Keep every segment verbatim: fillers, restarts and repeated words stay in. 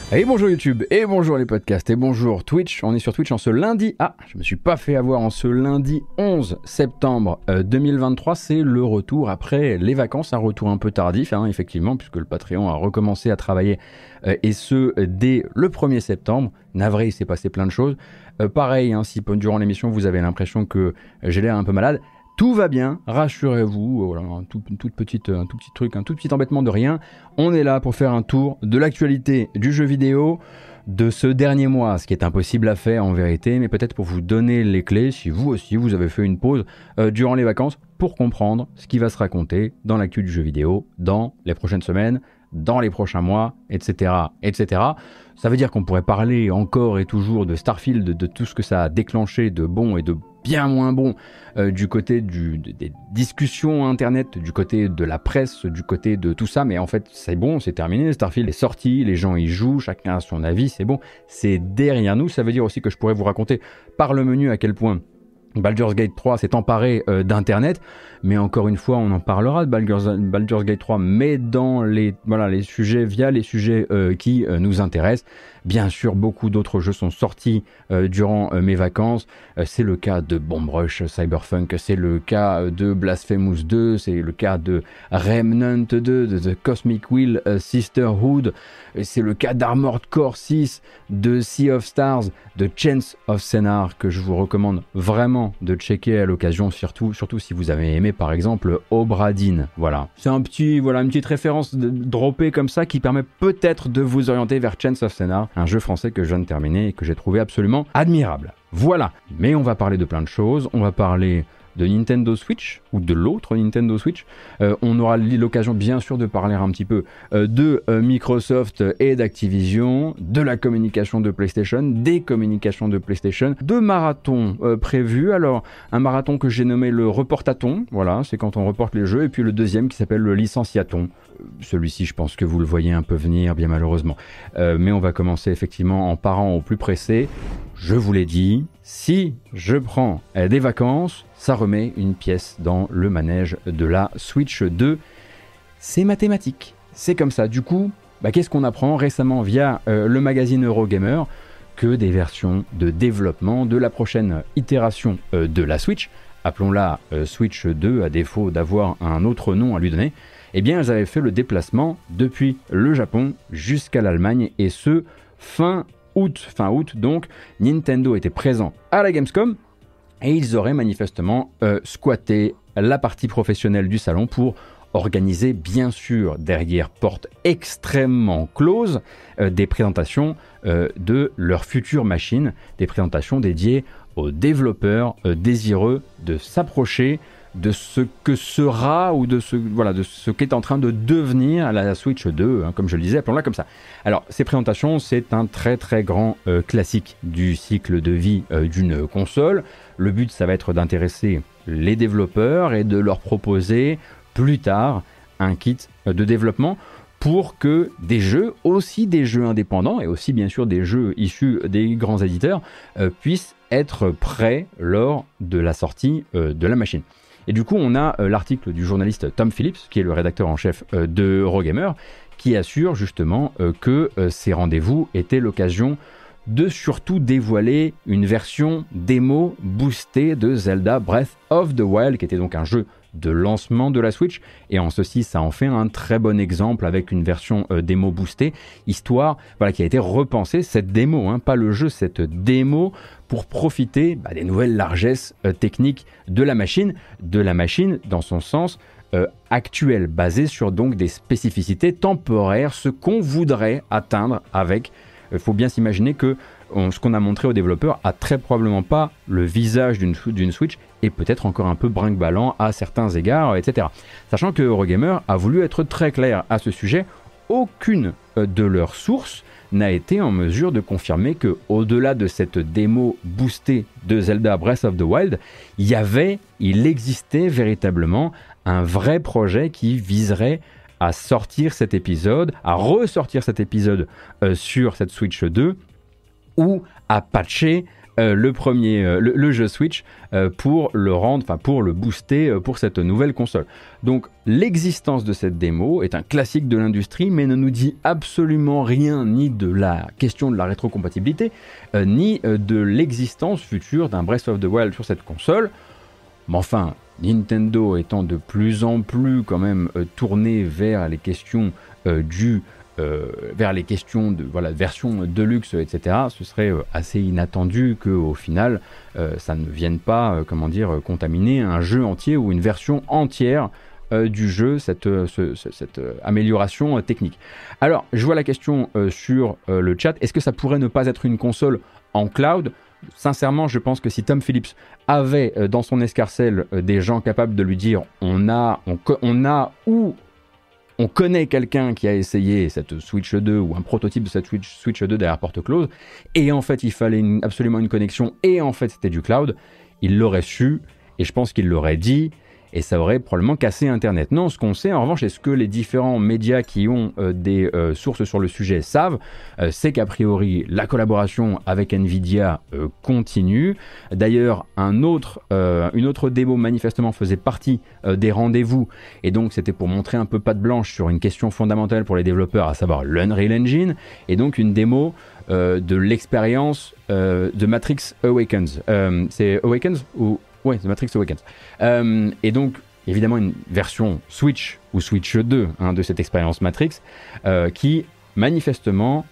Et bonjour YouTube, et bonjour les podcasts, et bonjour Twitch. On est sur Twitch en ce lundi. Ah, je me suis pas fait avoir en ce lundi onze septembre deux mille vingt-trois. C'est le retour après les vacances, un retour un peu tardif, hein, effectivement, puisque le Patreon a recommencé à travailler, euh, et ce dès le premier septembre. Navré, il s'est passé plein de choses. Euh, pareil, hein, si durant l'émission vous avez l'impression que j'ai l'air un peu malade, tout va bien, rassurez-vous, voilà, un, tout, une toute petite, un tout petit truc, un tout petit embêtement de rien. On est là pour faire un tour de l'actualité du jeu vidéo de ce dernier mois, ce qui est impossible à faire en vérité, mais peut-être pour vous donner les clés, si vous aussi vous avez fait une pause euh, durant les vacances, pour comprendre ce qui va se raconter dans l'actu du jeu vidéo dans les prochaines semaines, dans les prochains mois, et cetera, et cetera. Ça veut dire qu'on pourrait parler encore et toujours de Starfield, de, de tout ce que ça a déclenché de bon et de bien moins bon euh, du côté du, de, des discussions internet, du côté de la presse, du côté de tout ça, mais en fait c'est bon, c'est terminé, Starfield est sorti, les gens y jouent, chacun a son avis, c'est bon, c'est derrière nous. Ça veut dire aussi que je pourrais vous raconter par le menu à quel point Baldur's Gate trois s'est emparé euh, d'internet, mais encore une fois on en parlera de Baldur's, Baldur's Gate trois, mais dans les, voilà, les sujets, via les sujets euh, qui euh, nous intéressent. Bien sûr, beaucoup d'autres jeux sont sortis euh, durant euh, mes vacances. Euh, c'est le cas de Bomb Rush Cyberpunk, c'est le cas de Blasphemous deux, c'est le cas de Remnant deux, de The Cosmic Wheel euh, Sisterhood, c'est le cas d'Armored Core six, de Sea of Stars, de Chains of Sennar, que je vous recommande vraiment de checker à l'occasion, surtout, surtout si vous avez aimé par exemple Obra Dinn. Voilà, c'est un petit, voilà, une petite référence de, droppée comme ça qui permet peut-être de vous orienter vers Chains of Sennar, un jeu français que je viens de terminer et que j'ai trouvé absolument admirable. Voilà, mais on va parler de plein de choses, on va parler de Nintendo Switch, ou de l'autre Nintendo Switch. Euh, on aura l'occasion bien sûr de parler un petit peu euh, de euh, Microsoft et d'Activision, de la communication de PlayStation, des communications de PlayStation, de marathons euh, prévus. Alors, un marathon que j'ai nommé le reportathon, voilà, c'est quand on reporte les jeux, et puis le deuxième qui s'appelle le licenciathon. Celui-ci, je pense que vous le voyez un peu venir, bien malheureusement. Euh, mais on va commencer effectivement en parant au plus pressé. Je vous l'ai dit, si je prends euh, des vacances, ça remet une pièce dans le manège de la Switch deux. C'est mathématique, c'est comme ça. Du coup, bah, qu'est-ce qu'on apprend récemment via euh, le magazine Eurogamer? Que des versions de développement de la prochaine itération euh, de la Switch, appelons-la euh, Switch deux à défaut d'avoir un autre nom à lui donner, eh bien elles avaient fait le déplacement depuis le Japon jusqu'à l'Allemagne, et ce fin août. Fin août donc, Nintendo était présent à la Gamescom, et ils auraient manifestement euh, squatté la partie professionnelle du salon pour organiser, bien sûr, derrière porte extrêmement close, euh, des présentations euh, de leurs futures machines, des présentations dédiées aux développeurs euh, désireux de s'approcher de ce que sera, ou de ce, voilà, de ce qu'est en train de devenir la Switch deux, hein, comme je le disais, appelons-la comme ça. Alors, ces présentations, c'est un très très grand euh, classique du cycle de vie euh, d'une console. Le but, ça va être d'intéresser les développeurs et de leur proposer plus tard un kit de développement pour que des jeux, aussi des jeux indépendants et aussi bien sûr des jeux issus des grands éditeurs, euh, puissent être prêts lors de la sortie euh, de la machine. Et du coup, on a euh, l'article du journaliste Tom Phillips, qui est le rédacteur en chef euh, de Eurogamer, qui assure justement euh, que euh, ces rendez-vous étaient l'occasion de surtout dévoiler une version démo boostée de Zelda Breath of the Wild, qui était donc un jeu de lancement de la Switch, et en ceci ça en fait un très bon exemple avec une version euh, démo boostée, histoire voilà, qui a été repensée, cette démo, hein, pas le jeu, cette démo, pour profiter bah, des nouvelles largesses euh, techniques de la machine, de la machine dans son sens euh, actuel, basé sur donc des spécificités temporaires, ce qu'on voudrait atteindre avec. Il faut bien s'imaginer que on, ce qu'on a montré aux développeurs a très probablement pas le visage d'une, d'une Switch, et peut-être encore un peu brinque-ballant à certains égards, et cetera. Sachant que Eurogamer a voulu être très clair à ce sujet, aucune de leurs sources n'a été en mesure de confirmer que, au-delà de cette démo boostée de Zelda Breath of the Wild, il y avait, il existait véritablement un vrai projet qui viserait à sortir cet épisode, à ressortir cet épisode euh, sur cette Switch deux, ou à patcher euh, le premier, euh, le, le jeu Switch euh, pour le rendre, enfin pour le booster euh, pour cette nouvelle console. Donc l'existence de cette démo est un classique de l'industrie, mais ne nous dit absolument rien ni de la question de la rétrocompatibilité, euh, ni euh, de l'existence future d'un Breath of the Wild sur cette console. Mais enfin, Nintendo étant de plus en plus quand même euh, tourné vers les questions euh, du euh, vers les questions de voilà version deluxe, et cetera. Ce serait euh, assez inattendu que au final euh, ça ne vienne pas euh, comment dire euh, contaminer un jeu entier ou une version entière euh, du jeu, cette euh, ce, ce, cette euh, amélioration euh, technique. Alors, je vois la question euh, sur euh, le chat. Est-ce que ça pourrait ne pas être une console en cloud ? Sincèrement, je pense que si Tom Phillips avait euh, dans son escarcelle euh, des gens capables de lui dire on a, on, on a ou on connaît quelqu'un qui a essayé cette Switch deux ou un prototype de cette Switch, Switch deux derrière porte close, et en fait il fallait une, absolument une connexion, et en fait c'était du cloud, il l'aurait su, et je pense qu'il l'aurait dit, et ça aurait probablement cassé Internet. Non, ce qu'on sait en revanche, et ce que les différents médias qui ont euh, des euh, sources sur le sujet savent, euh, c'est qu'a priori la collaboration avec Nvidia euh, continue. D'ailleurs, un autre, euh, une autre démo manifestement faisait partie euh, des rendez-vous, et donc c'était pour montrer un peu patte blanche sur une question fondamentale pour les développeurs, à savoir l'Unreal Engine, et donc une démo euh, de l'expérience euh, de Matrix Awakens. Euh, c'est Awakens ou Ouais, The Matrix Awakens. Euh, et donc, évidemment, une version Switch ou Switch deux hein, de cette expérience Matrix euh, qui, manifestement,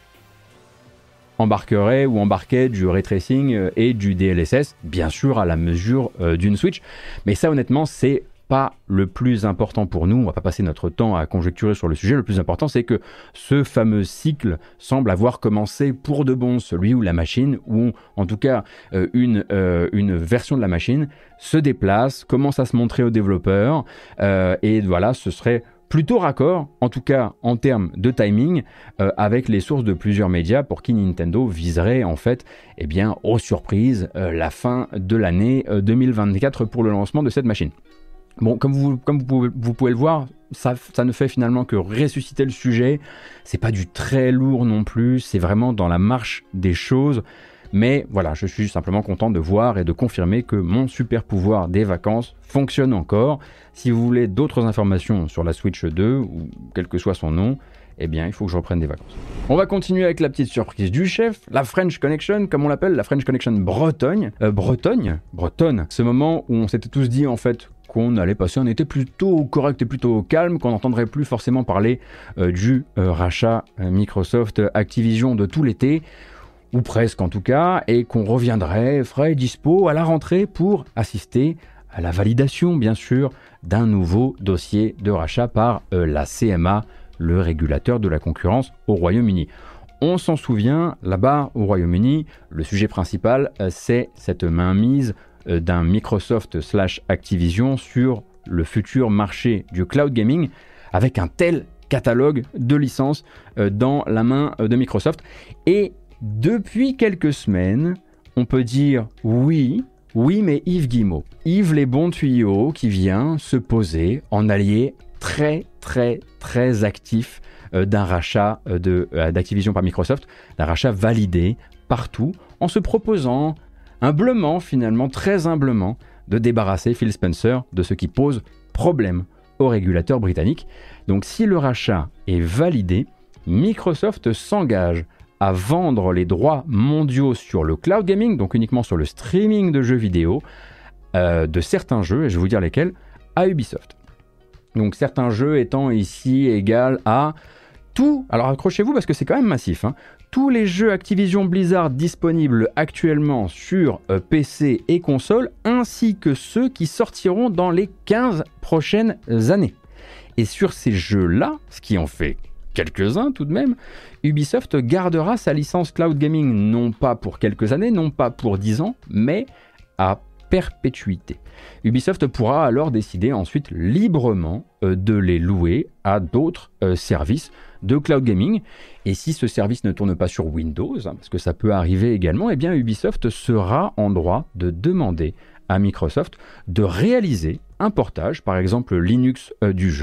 embarquerait ou embarquait du ray tracing euh, et du D L S S, bien sûr, à la mesure euh, d'une Switch. Mais ça, honnêtement, c'est pas le plus important pour nous. On va pas passer notre temps à conjecturer sur le sujet. Le plus important, c'est que ce fameux cycle semble avoir commencé pour de bon, celui où la machine, ou en tout cas euh, une, euh, une version de la machine, se déplace, commence à se montrer aux développeurs, euh, et voilà, ce serait plutôt raccord, en tout cas en termes de timing, euh, avec les sources de plusieurs médias pour qui Nintendo viserait en fait, eh bien, aux surprises, euh, la fin de l'année euh, deux mille vingt-quatre pour le lancement de cette machine. Bon, comme vous, comme vous, pouvez, vous pouvez le voir, ça, ça ne fait finalement que ressusciter le sujet. C'est pas du très lourd non plus, c'est vraiment dans la marche des choses. Mais voilà, je suis simplement content de voir et de confirmer que mon super pouvoir des vacances fonctionne encore. Si vous voulez d'autres informations sur la Switch deux, ou quel que soit son nom, eh bien, il faut que je reprenne des vacances. On va continuer avec la petite surprise du chef, la French Connection, comme on l'appelle, la French Connection Bretagne. Euh, Bretagne Bretonne. Ce moment où on s'était tous dit, en fait, qu'on allait passer un été plutôt correct et plutôt calme, qu'on n'entendrait plus forcément parler euh, du euh, rachat euh, Microsoft Activision de tout l'été, ou presque en tout cas, et qu'on reviendrait frais et dispo à la rentrée pour assister à la validation, bien sûr, d'un nouveau dossier de rachat par euh, la C M A, le régulateur de la concurrence au Royaume-Uni. On s'en souvient, là-bas au Royaume-Uni, le sujet principal, euh, c'est cette mainmise euh, d'un Microsoft slash Activision sur le futur marché du cloud gaming, avec un tel catalogue de licences euh, dans la main euh, de Microsoft. Et depuis quelques semaines, on peut dire oui, oui, mais Yves Guillemot, Yves les bons tuyaux, qui vient se poser en allié très, très, très actif euh, d'un rachat euh, de, euh, d'Activision par Microsoft, d'un rachat validé partout, en se proposant humblement, finalement, très humblement, de débarrasser Phil Spencer de ce qui pose problème au régulateur britannique. Donc si le rachat est validé, Microsoft s'engage à vendre les droits mondiaux sur le cloud gaming, donc uniquement sur le streaming de jeux vidéo, euh, de certains jeux, et je vais vous dire lesquels, à Ubisoft. Donc certains jeux étant ici égal à tout, alors accrochez-vous parce que c'est quand même massif, hein, tous les jeux Activision Blizzard disponibles actuellement sur euh, P C et console, ainsi que ceux qui sortiront dans les quinze prochaines années. Et sur ces jeux-là, ce qui en fait quelques-uns tout de même, Ubisoft gardera sa licence cloud gaming non pas pour quelques années, non pas pour dix ans, mais à perpétuité. Ubisoft pourra alors décider ensuite librement euh, de les louer à d'autres euh, services de cloud gaming. Et si ce service ne tourne pas sur Windows, hein, parce que ça peut arriver également, eh bien Ubisoft sera en droit de demander à Microsoft de réaliser un portage, par exemple Linux euh, du jeu,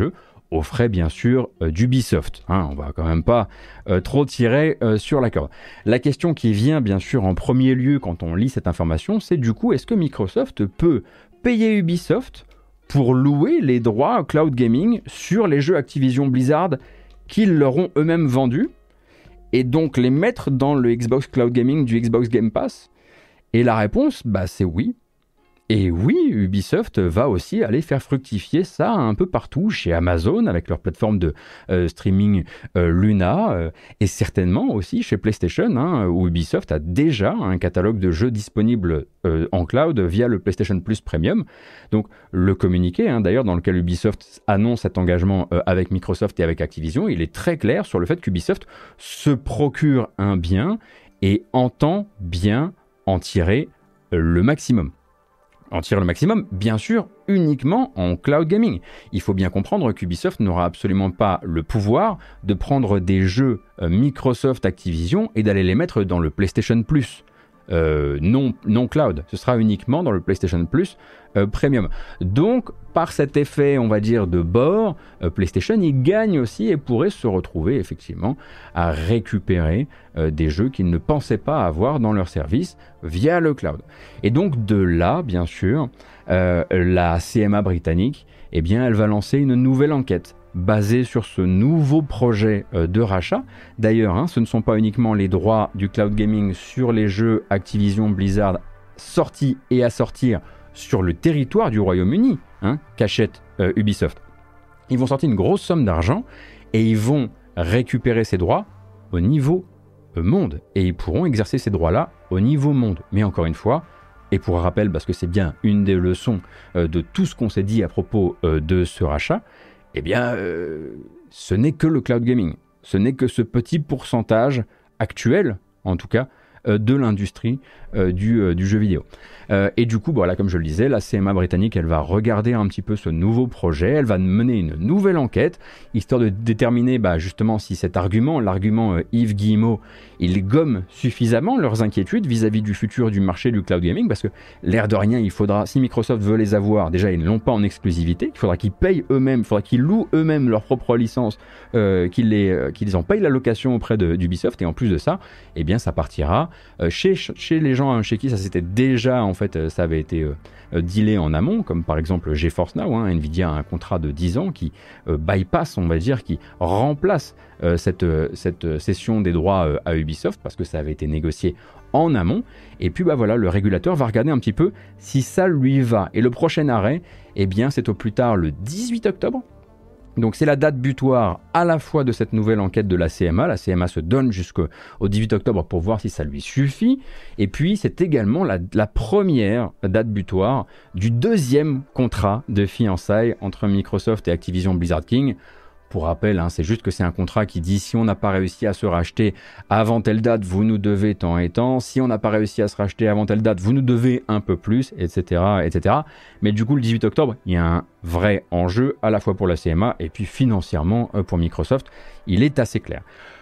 aux frais bien sûr euh, d'Ubisoft. Hein, on va quand même pas euh, trop tirer euh, sur la corde. La question qui vient bien sûr en premier lieu quand on lit cette information, c'est du coup, est-ce que Microsoft peut payer Ubisoft pour louer les droits cloud gaming sur les jeux Activision Blizzard qu'ils leur ont eux-mêmes vendus et donc les mettre dans le Xbox Cloud Gaming du Xbox Game Pass? Et la réponse, bah c'est oui. Et oui, Ubisoft va aussi aller faire fructifier ça un peu partout, chez Amazon avec leur plateforme de euh, streaming euh, Luna, euh, et certainement aussi chez PlayStation, hein, où Ubisoft a déjà un catalogue de jeux disponibles euh, en cloud via le PlayStation Plus Premium. Donc le communiqué, hein, d'ailleurs, dans lequel Ubisoft annonce cet engagement euh, avec Microsoft et avec Activision, il est très clair sur le fait qu'Ubisoft se procure un bien et entend bien en tirer euh, le maximum. En tire le maximum, bien sûr, uniquement en cloud gaming. Il faut bien comprendre qu'Ubisoft n'aura absolument pas le pouvoir de prendre des jeux euh, Microsoft Activision et d'aller les mettre dans le PlayStation Plus. Euh, non, non cloud, ce sera uniquement dans le PlayStation Plus euh, Premium. Donc, par cet effet, on va dire, de bord, euh, PlayStation, il gagne aussi et pourrait se retrouver effectivement à récupérer euh, des jeux qu'ils ne pensaient pas avoir dans leur service via le cloud. Et donc, de là, bien sûr, euh, la C M A britannique, eh bien, elle va lancer une nouvelle enquête basé sur ce nouveau projet euh, de rachat. D'ailleurs, hein, ce ne sont pas uniquement les droits du cloud gaming sur les jeux Activision Blizzard sortis et à sortir sur le territoire du Royaume-Uni, hein, qu'achète euh, Ubisoft. Ils vont sortir une grosse somme d'argent et ils vont récupérer ces droits au niveau euh, monde. Et ils pourront exercer ces droits-là au niveau monde. Mais encore une fois, et pour rappel, parce que c'est bien une des leçons euh, de tout ce qu'on s'est dit à propos euh, de ce rachat, eh bien, euh, ce n'est que le cloud gaming. Ce n'est que ce petit pourcentage actuel, en tout cas, euh, de l'industrie euh, du, euh, du jeu vidéo. Euh, et du coup, voilà, comme je le disais, la C M A britannique, elle va regarder un petit peu ce nouveau projet, elle va mener une nouvelle enquête, histoire de déterminer bah, justement si cet argument, l'argument euh, Yves Guillemot, il gomme suffisamment leurs inquiétudes vis-à-vis du futur du marché du cloud gaming, parce que l'air de rien, il faudra, si Microsoft veut les avoir, déjà ils ne l'ont pas en exclusivité, il faudra qu'ils payent eux-mêmes, il faudra qu'ils louent eux-mêmes leur propre licence, euh, qu'ils, les, euh, qu'ils en payent la location auprès de, d'Ubisoft, et en plus de ça, eh bien ça partira euh, chez, chez les gens chez qui ça s'était déjà, en fait, ça avait été euh, dealé en amont, comme par exemple GeForce Now, hein, Nvidia a un contrat de dix ans qui euh, bypass, on va dire, qui remplace euh, cette, euh, cette cession des droits euh, à Ubisoft, parce que ça avait été négocié en amont, et puis bah voilà, le régulateur va regarder un petit peu si ça lui va, et le prochain arrêt, eh bien c'est au plus tard le dix-huit octobre. Donc c'est la date butoir à la fois de cette nouvelle enquête de la C M A. La C M A se donne jusqu'au dix-huit octobre pour voir si ça lui suffit. Et puis c'est également la, la première date butoir du deuxième contrat de fiançailles entre Microsoft et Activision Blizzard King. Pour rappel, hein, c'est juste que c'est un contrat qui dit si on n'a pas réussi à se racheter avant telle date, vous nous devez tant et tant. Si on n'a pas réussi à se racheter avant telle date, vous nous devez un peu plus, et cetera, et cetera. Mais du coup, le dix-huit octobre, il y a un vrai enjeu à la fois pour la C M A et puis financièrement pour Microsoft. Il est assez clair.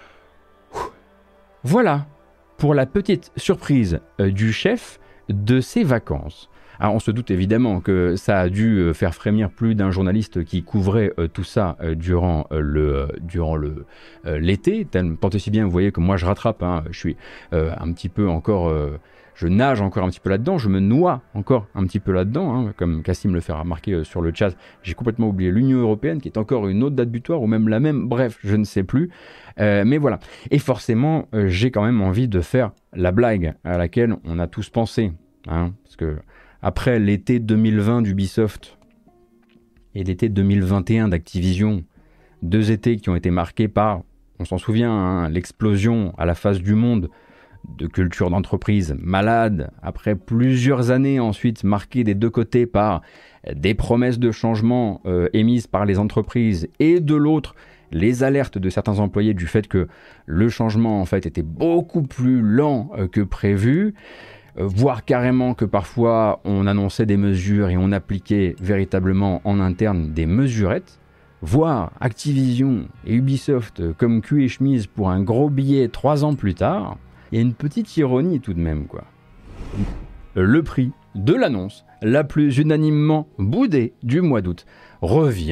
Voilà pour la petite surprise du chef de ses vacances. Alors on se doute évidemment que ça a dû faire frémir plus d'un journaliste qui couvrait euh, tout ça euh, durant euh, le euh, durant le euh, l'été. Tant aussi bien, vous voyez que moi je rattrape. Hein, je suis euh, un petit peu encore, euh, je nage encore un petit peu là-dedans. Je me noie encore un petit peu là-dedans, hein, comme Cassim le fait remarquer euh, sur le chat. J'ai complètement oublié l'Union européenne, qui est encore une autre date butoir ou même la même. Bref, je ne sais plus. Euh, mais voilà. Et forcément, euh, j'ai quand même envie de faire la blague à laquelle on a tous pensé, hein, parce que après l'été deux mille vingt d'Ubisoft et l'été deux mille vingt et un d'Activision, deux étés qui ont été marqués par, on s'en souvient, hein, l'explosion à la face du monde de culture d'entreprise malade, après plusieurs années ensuite marquées des deux côtés par des promesses de changement euh, émises par les entreprises et de l'autre, les alertes de certains employés du fait que le changement en fait était beaucoup plus lent euh, que prévu. Euh, voire carrément que parfois on annonçait des mesures et on appliquait véritablement en interne des mesurettes, voire Activision et Ubisoft comme cul et chemise pour un gros billet trois ans plus tard, il y a une petite ironie tout de même, quoi. Le prix de l'annonce la plus unanimement boudée du mois d'août revient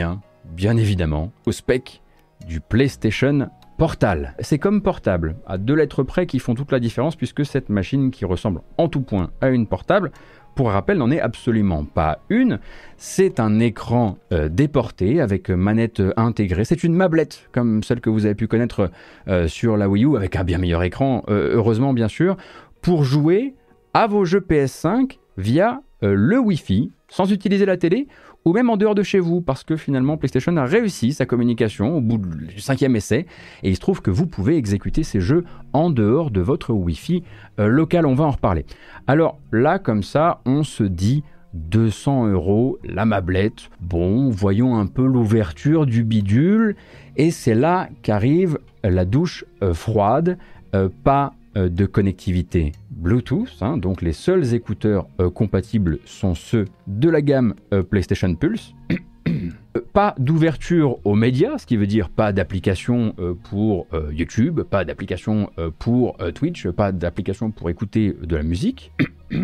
bien évidemment au spec du PlayStation Portal. C'est comme portable, à deux lettres près qui font toute la différence puisque cette machine qui ressemble en tout point à une portable, pour rappel, n'en est absolument pas une. C'est un écran euh, déporté avec manette euh, intégrée. C'est une mablette comme celle que vous avez pu connaître euh, sur la Wii U avec un bien meilleur écran, euh, heureusement bien sûr, pour jouer à vos jeux P S cinq via euh, le Wi-Fi sans utiliser la télé ou même en dehors de chez vous, parce que finalement PlayStation a réussi sa communication au bout du cinquième essai, et il se trouve que vous pouvez exécuter ces jeux en dehors de votre Wi-Fi euh, local, on va en reparler. Alors là, comme ça, on se dit deux cents euros, la mablette, bon, voyons un peu l'ouverture du bidule, et c'est là qu'arrive la douche euh, froide, euh, pas euh, de connectivité Bluetooth, hein, donc les seuls écouteurs euh, compatibles sont ceux de la gamme euh, PlayStation Pulse. Pas d'ouverture aux médias, ce qui veut dire pas d'application euh, pour euh, YouTube, pas d'application euh, pour euh, Twitch, pas d'application pour écouter de la musique.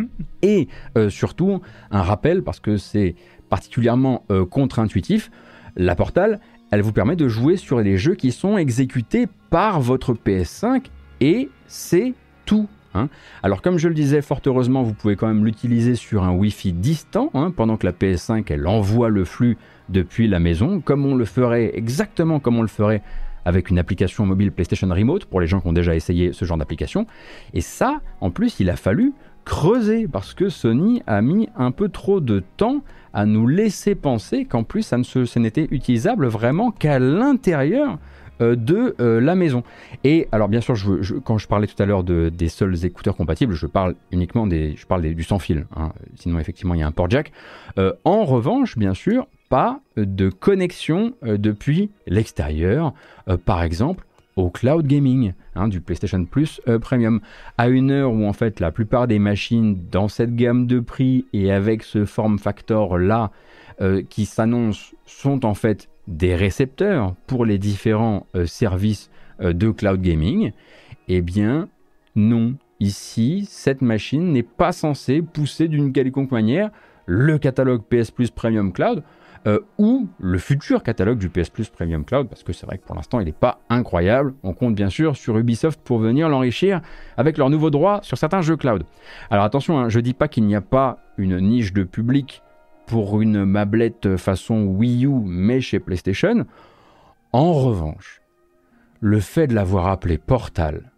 Et euh, surtout, un rappel, parce que c'est particulièrement euh, contre-intuitif, la Portal, elle vous permet de jouer sur les jeux qui sont exécutés par votre P S cinq, et c'est tout. Hein. Alors comme je le disais, fort heureusement, vous pouvez quand même l'utiliser sur un Wi-Fi distant, hein, pendant que la P S cinq, elle envoie le flux depuis la maison, comme on le ferait, exactement comme on le ferait avec une application mobile PlayStation Remote, pour les gens qui ont déjà essayé ce genre d'application. Et ça, en plus, il a fallu creuser, parce que Sony a mis un peu trop de temps à nous laisser penser qu'en plus, ça, ne se, ça n'était utilisable vraiment qu'à l'intérieur de euh, la maison. Et alors bien sûr, je, je, quand je parlais tout à l'heure de, des seuls écouteurs compatibles, je parle uniquement des, je parle des, du sans fil, hein. Sinon effectivement il y a un port jack. Euh, en revanche, bien sûr, pas de connexion euh, depuis l'extérieur, euh, par exemple au cloud gaming, hein, du PlayStation Plus euh, Premium, à une heure où en fait la plupart des machines dans cette gamme de prix et avec ce form factor là euh, qui s'annoncent sont en fait des récepteurs pour les différents euh, services euh, de cloud gaming. Eh bien non, ici cette machine n'est pas censée pousser d'une quelconque manière le catalogue P S Plus Premium Cloud euh, ou le futur catalogue du P S Plus Premium Cloud, parce que c'est vrai que pour l'instant il n'est pas incroyable. On compte bien sûr sur Ubisoft pour venir l'enrichir avec leurs nouveaux droits sur certains jeux cloud. Alors attention, hein, je ne dis pas qu'il n'y a pas une niche de public pour une mablette façon Wii U, mais chez PlayStation. En revanche, le fait de l'avoir appelé Portal,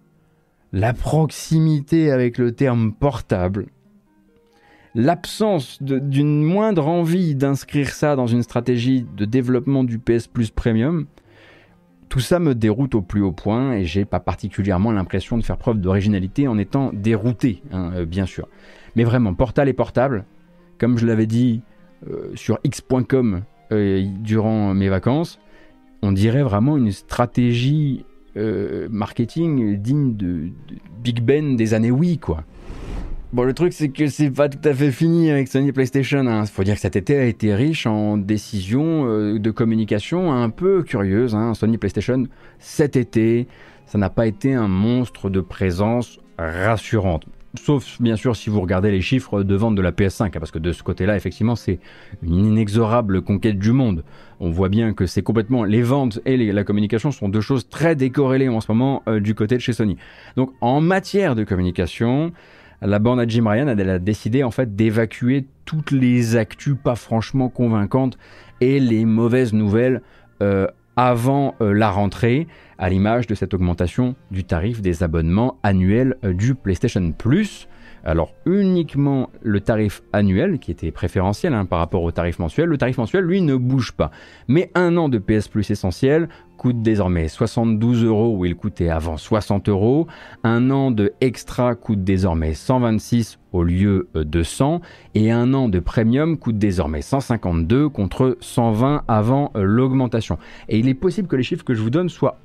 la proximité avec le terme portable, l'absence de, d'une moindre envie d'inscrire ça dans une stratégie de développement du P S Plus Premium, tout ça me déroute au plus haut point et j'ai pas particulièrement l'impression de faire preuve d'originalité en étant dérouté, hein, euh, bien sûr. Mais vraiment, Portal et portable, comme je l'avais dit euh, sur X point com euh, durant mes vacances, on dirait vraiment une stratégie euh, marketing digne de, de Big Ben des années Wii, quoi. Bon, le truc, c'est que c'est pas tout à fait fini avec Sony PlayStation. Hein. Faut dire que cet été a été riche en décisions euh, de communication un peu curieuses. Hein. Sony PlayStation, cet été, ça n'a pas été un monstre de présence rassurante. Sauf, bien sûr, si vous regardez les chiffres de vente de la P S cinq, hein, parce que de ce côté-là, effectivement, c'est une inexorable conquête du monde. On voit bien que c'est complètement... Les ventes et les, la communication sont deux choses très décorrélées en ce moment euh, du côté de chez Sony. Donc, en matière de communication, la bande à Jim Ryan, elle a décidé en fait d'évacuer toutes les actus pas franchement convaincantes et les mauvaises nouvelles euh, avant euh, la rentrée, à l'image de cette augmentation du tarif des abonnements annuels euh, du PlayStation Plus. Alors uniquement le tarif annuel qui était préférentiel, hein, par rapport au tarif mensuel. Le tarif mensuel, lui, ne bouge pas. Mais un an de P S Plus essentiel coûte désormais soixante-douze euros où il coûtait avant soixante euros. Un an de extra coûte désormais cent vingt-six au lieu de cent. Et un an de premium coûte désormais cent cinquante-deux contre cent vingt avant l'augmentation. Et il est possible que les chiffres que je vous donne soient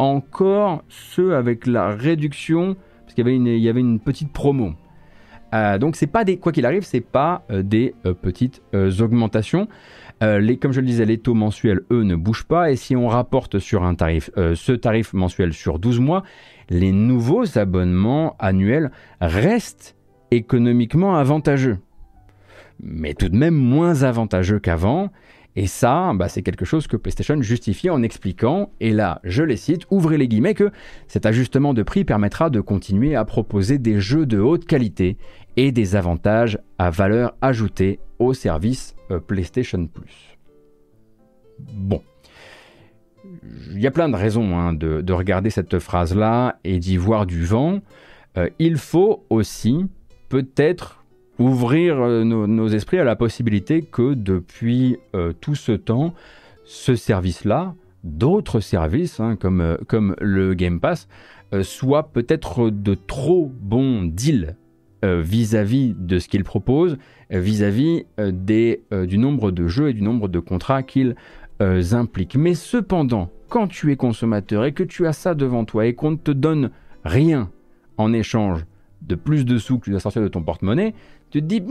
encore ceux avec la réduction, parce qu'il y avait une, il y avait une petite promo. Euh, donc c'est pas des, quoi qu'il arrive, c'est pas euh, des euh, petites euh, augmentations. Euh, les, comme je le disais, les taux mensuels, eux, ne bougent pas. Et si on rapporte sur un tarif, euh, ce tarif mensuel sur douze mois, les nouveaux abonnements annuels restent économiquement avantageux, mais tout de même moins avantageux qu'avant. Et ça, bah, c'est quelque chose que PlayStation justifie en expliquant, et là je les cite, ouvrez les guillemets, que cet ajustement de prix permettra de continuer à proposer des jeux de haute qualité et des avantages à valeur ajoutée au service euh, PlayStation Plus. Bon. Il y a plein de raisons hein, de, de regarder cette phrase-là et d'y voir du vent. Euh, il faut aussi peut-être ouvrir euh, nos, nos esprits à la possibilité que depuis euh, tout ce temps, ce service-là, d'autres services hein, comme, euh, comme le Game Pass, euh, soient peut-être de trop bons deals euh, vis-à-vis de ce qu'ils proposent, euh, vis-à-vis euh, des, euh, du nombre de jeux et du nombre de contrats qu'ils euh, impliquent. Mais cependant, quand tu es consommateur et que tu as ça devant toi et qu'on ne te donne rien en échange de plus de sous que tu dois sortir de ton porte-monnaie, tu te dis,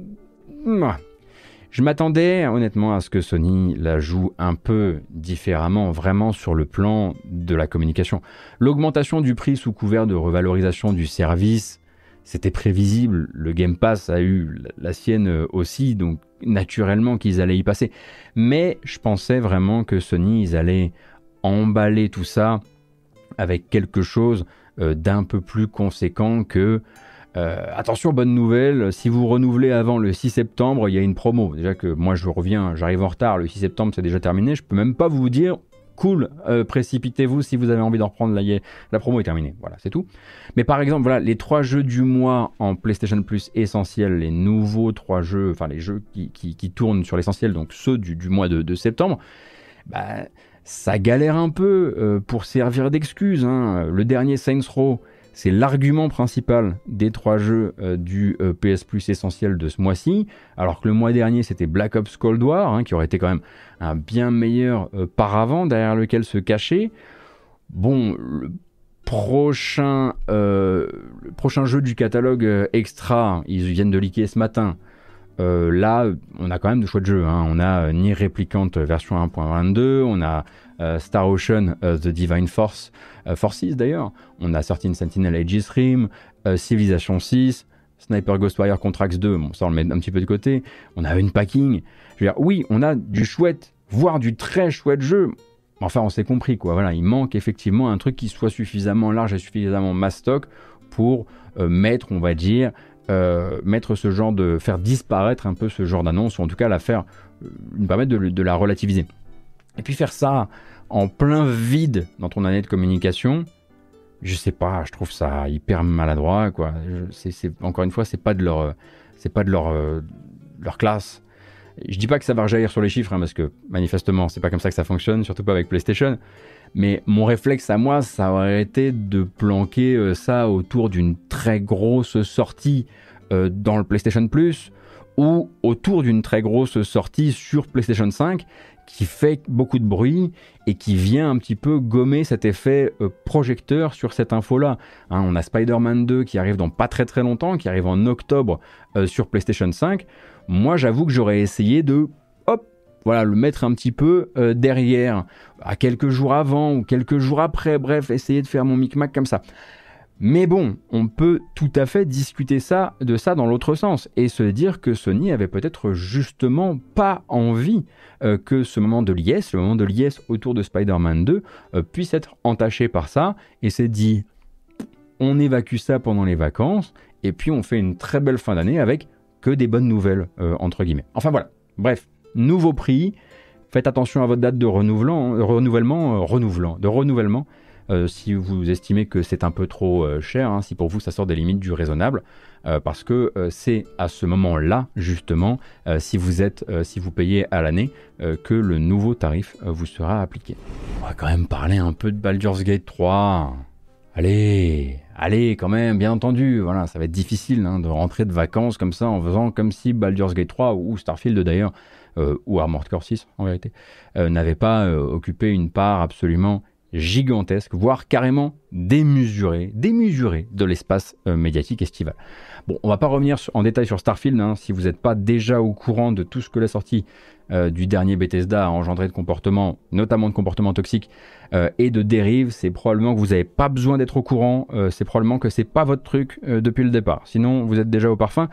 je m'attendais honnêtement à ce que Sony la joue un peu différemment, vraiment sur le plan de la communication. L'augmentation du prix sous couvert de revalorisation du service, c'était prévisible. Le Game Pass a eu la sienne aussi, donc naturellement qu'ils allaient y passer. Mais je pensais vraiment que Sony, ils allaient emballer tout ça avec quelque chose euh, d'un peu plus conséquent que Euh, attention, bonne nouvelle, si vous renouvelez avant le six septembre, il y a une promo. Déjà que moi je reviens, j'arrive en retard, le six septembre c'est déjà terminé, je peux même pas vous dire, cool, euh, précipitez-vous si vous avez envie d'en reprendre, la, la promo est terminée. Voilà, c'est tout. Mais par exemple, voilà, les trois jeux du mois en PlayStation Plus essentiels, les nouveaux trois jeux, enfin les jeux qui, qui, qui tournent sur l'essentiel, donc ceux du, du mois de, de septembre, bah, ça galère un peu euh, pour servir d'excuse. Hein. Le dernier Saints Row, c'est l'argument principal des trois jeux euh, du euh, P S Plus essentiel de ce mois-ci, alors que le mois dernier c'était Black Ops Cold War, hein, qui aurait été quand même un bien meilleur euh, paravent derrière lequel se cacher. Bon, le prochain, euh, le prochain jeu du catalogue euh, extra, ils viennent de leaker ce matin. Euh, là, on a quand même de chouettes jeux. Hein. On a euh, Nier Replicant version un point vingt-deux, on a euh, Star Ocean uh, The Divine Force, uh, Forces d'ailleurs, on a thirteen Sentinel Aegis Rim, uh, Civilization six, Sniper Ghostwire Contracts deux, bon ça on le met un petit peu de côté, on a Unpacking. Je veux dire, oui, on a du chouette, voire du très chouette jeu. Enfin, on s'est compris quoi. Voilà, il manque effectivement un truc qui soit suffisamment large et suffisamment mastoc pour euh, mettre, on va dire, Euh, mettre ce genre de, faire disparaître un peu ce genre d'annonce, ou en tout cas la faire, euh, nous permettre de, de la relativiser. Et puis faire ça en plein vide dans ton année de communication, je sais pas, je trouve ça hyper maladroit, quoi. Je, c'est, c'est, encore une fois, c'est pas de leur, c'est pas de leur, euh, leur classe. Je dis pas que ça va rejaillir sur les chiffres, hein, parce que manifestement, c'est pas comme ça que ça fonctionne, surtout pas avec PlayStation. Mais mon réflexe à moi, ça aurait été de planquer euh, ça autour d'une très grosse sortie euh, dans le PlayStation Plus, ou autour d'une très grosse sortie sur PlayStation cinq, qui fait beaucoup de bruit et qui vient un petit peu gommer cet effet euh, projecteur sur cette info-là. Hein, on a Spider-Man deux qui arrive dans pas très très longtemps, qui arrive en octobre euh, sur PlayStation cinq. Moi, j'avoue que j'aurais essayé de voilà, le mettre un petit peu euh, derrière, à quelques jours avant ou quelques jours après, bref, essayer de faire mon micmac comme ça. Mais bon, on peut tout à fait discuter ça, de ça dans l'autre sens et se dire que Sony avait peut-être justement pas envie euh, que ce moment de liesse, le moment de liesse autour de Spider-Man deux, euh, puisse être entaché par ça, et s'est dit, on évacue ça pendant les vacances et puis on fait une très belle fin d'année avec que des bonnes nouvelles, euh, entre guillemets. Enfin voilà, bref. Nouveau prix, faites attention à votre date de renouvellement, euh, renouvellement, euh, renouvelant, de renouvellement, euh, si vous estimez que c'est un peu trop euh, cher, hein, si pour vous ça sort des limites du raisonnable, euh, parce que euh, c'est à ce moment-là, justement, euh, si vous êtes, euh, si vous payez à l'année, euh, que le nouveau tarif euh, vous sera appliqué. On va quand même parler un peu de Baldur's Gate trois. Allez, allez, quand même, bien entendu, voilà, ça va être difficile hein, de rentrer de vacances comme ça en faisant comme si Baldur's Gate trois ou Starfield d'ailleurs, Euh, ou Armored Core six en vérité, euh, n'avait pas euh, occupé une part absolument gigantesque, voire carrément démesurée, démesurée de l'espace euh, médiatique estival. Bon, on va pas revenir sur, en détail sur Starfield, hein, si vous n'êtes pas déjà au courant de tout ce que la sortie euh, du dernier Bethesda a engendré de comportements, notamment de comportements toxiques euh, et de dérives, c'est probablement que vous n'avez pas besoin d'être au courant, euh, c'est probablement que c'est pas votre truc euh, depuis le départ, sinon vous êtes déjà au parfum.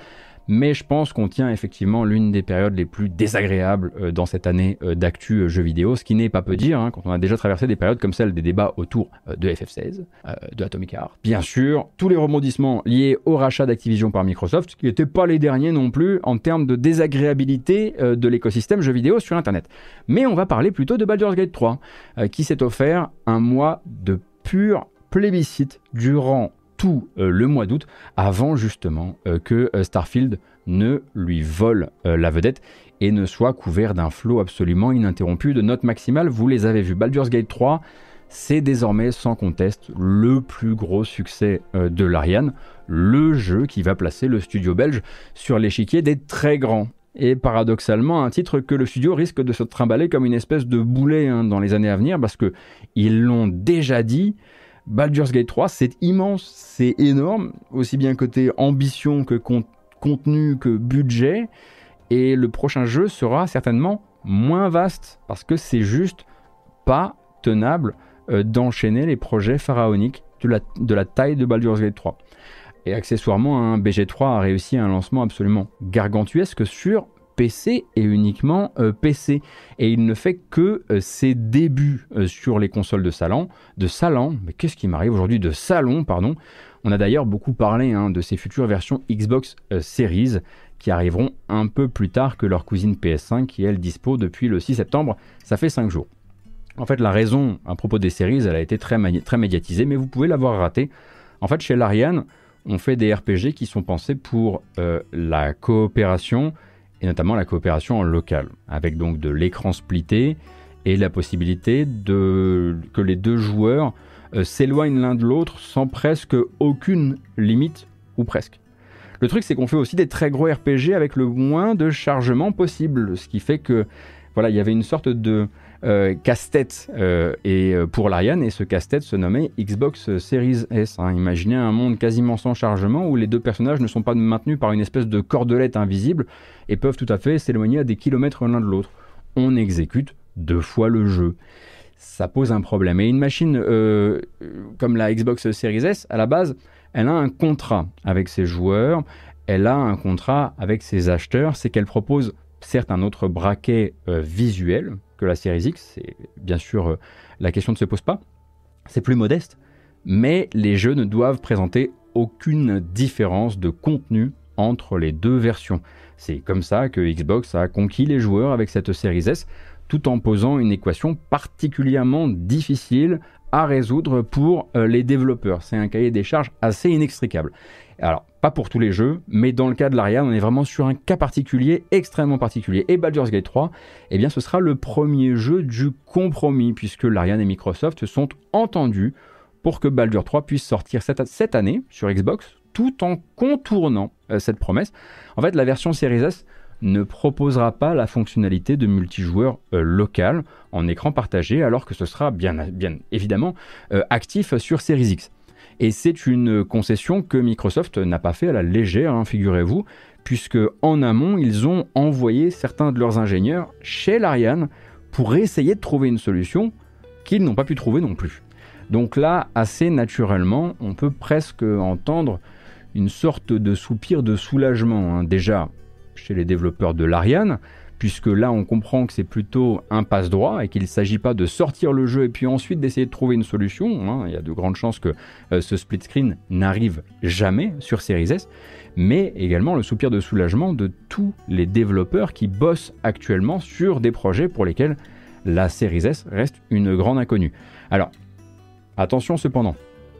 mais je pense qu'on tient effectivement l'une des périodes les plus désagréables euh, dans cette année euh, d'actu euh, jeux vidéo, ce qui n'est pas peu dire, hein, quand on a déjà traversé des périodes comme celle des débats autour euh, de F F seize, euh, de Atomic Heart. Bien sûr, tous les rebondissements liés au rachat d'Activision par Microsoft, qui n'étaient pas les derniers non plus en termes de désagréabilité euh, de l'écosystème jeux vidéo sur Internet. Mais on va parler plutôt de Baldur's Gate trois, euh, qui s'est offert un mois de pur plébiscite durant tout euh, le mois d'août, avant justement euh, que euh, Starfield ne lui vole euh, la vedette et ne soit couvert d'un flot absolument ininterrompu de notes maximales. Vous les avez vus, Baldur's Gate trois, c'est désormais sans conteste le plus gros succès euh, de l'Ariane, le jeu qui va placer le studio belge sur l'échiquier des très grands. Et paradoxalement, un titre que le studio risque de se trimballer comme une espèce de boulet hein, dans les années à venir, parce qu'ils l'ont déjà dit, Baldur's Gate trois, c'est immense, c'est énorme, aussi bien côté ambition que con- contenu que budget, et le prochain jeu sera certainement moins vaste, parce que c'est juste pas tenable euh, d'enchaîner les projets pharaoniques de la, de la taille de Baldur's Gate trois. Et accessoirement, hein, B G trois a réussi un lancement absolument gargantuesque sur P C et uniquement euh, P C. Et il ne fait que euh, ses débuts euh, sur les consoles de salon. De salon, mais qu'est-ce qui m'arrive aujourd'hui de salon, pardon. On a d'ailleurs beaucoup parlé hein, de ces futures versions Xbox euh, Series qui arriveront un peu plus tard que leur cousine P S cinq qui, elle, dispo depuis le six septembre. Ça fait cinq jours. En fait, la raison à propos des séries, elle a été très, mani- très médiatisée, mais vous pouvez l'avoir ratée. En fait, chez Larian, on fait des R P G qui sont pensés pour euh, la coopération, et notamment la coopération en local, avec donc de l'écran splitté et la possibilité de, que les deux joueurs euh, s'éloignent l'un de l'autre sans presque aucune limite, ou presque. Le truc, c'est qu'on fait aussi des très gros R P G avec le moins de chargement possible, ce qui fait que voilà, il y avait une sorte de euh, casse-tête euh, et, euh, pour l'Ariane, et ce casse-tête se nommait Xbox Series S. Hein. Imaginez un monde quasiment sans chargement où les deux personnages ne sont pas maintenus par une espèce de cordelette invisible et peuvent tout à fait s'éloigner à des kilomètres l'un de l'autre. On exécute deux fois le jeu. Ça pose un problème. Et une machine euh, comme la Xbox Series S, à la base, elle a un contrat avec ses joueurs, elle a un contrat avec ses acheteurs, c'est qu'elle propose certes un autre braquet euh, visuel que la Series X, c'est bien sûr euh, la question ne se pose pas, c'est plus modeste, mais les jeux ne doivent présenter aucune différence de contenu entre les deux versions. C'est comme ça que Xbox a conquis les joueurs avec cette Series S, tout en posant une équation particulièrement difficile à résoudre pour euh, les développeurs. C'est un cahier des charges assez inextricable. Alors, pas pour tous les jeux, mais dans le cas de l'Ariane, on est vraiment sur un cas particulier, extrêmement particulier. Et Baldur's Gate trois, eh bien, ce sera le premier jeu du compromis, puisque l'Ariane et Microsoft se sont entendus pour que Baldur's trois puisse sortir cette, cette année sur Xbox, tout en contournant euh, cette promesse. En fait, la version Series S ne proposera pas la fonctionnalité de multijoueur euh, local en écran partagé, alors que ce sera bien, bien évidemment euh, actif sur Series X. Et c'est une concession que Microsoft n'a pas fait à la légère, hein, figurez-vous, puisque en amont, ils ont envoyé certains de leurs ingénieurs chez l'Ariane pour essayer de trouver une solution qu'ils n'ont pas pu trouver non plus. Donc là, assez naturellement, on peut presque entendre une sorte de soupir de soulagement, hein, déjà chez les développeurs de l'Ariane, puisque là on comprend que c'est plutôt un passe-droit et qu'il ne s'agit pas de sortir le jeu et puis ensuite d'essayer de trouver une solution. Hein. Il y a de grandes chances que euh, ce split screen n'arrive jamais sur Series S, mais également le soupir de soulagement de tous les développeurs qui bossent actuellement sur des projets pour lesquels la Series S reste une grande inconnue. Alors, attention cependant,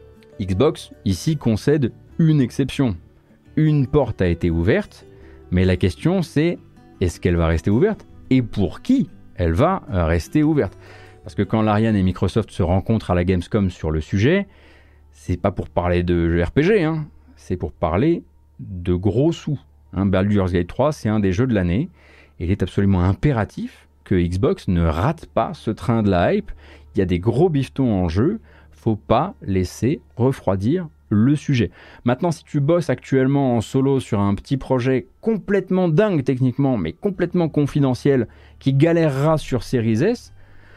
Xbox ici concède une exception. Une porte a été ouverte, mais la question c'est: est-ce qu'elle va rester ouverte? Et pour qui elle va rester ouverte? Parce que quand l'Ariane et Microsoft se rencontrent à la Gamescom sur le sujet, c'est pas pour parler de jeux R P G, hein, c'est pour parler de gros sous. Hein, Baldur's Gate trois, c'est un des jeux de l'année, et il est absolument impératif que Xbox ne rate pas ce train de la hype. Il y a des gros bifetons en jeu, faut pas laisser refroidir le sujet. Maintenant, si tu bosses actuellement en solo sur un petit projet complètement dingue techniquement, mais complètement confidentiel, qui galérera sur Series S,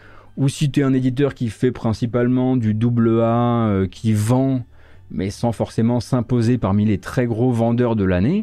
ou si tu es un éditeur qui fait principalement du double A, euh, qui vend, mais sans forcément s'imposer parmi les très gros vendeurs de l'année,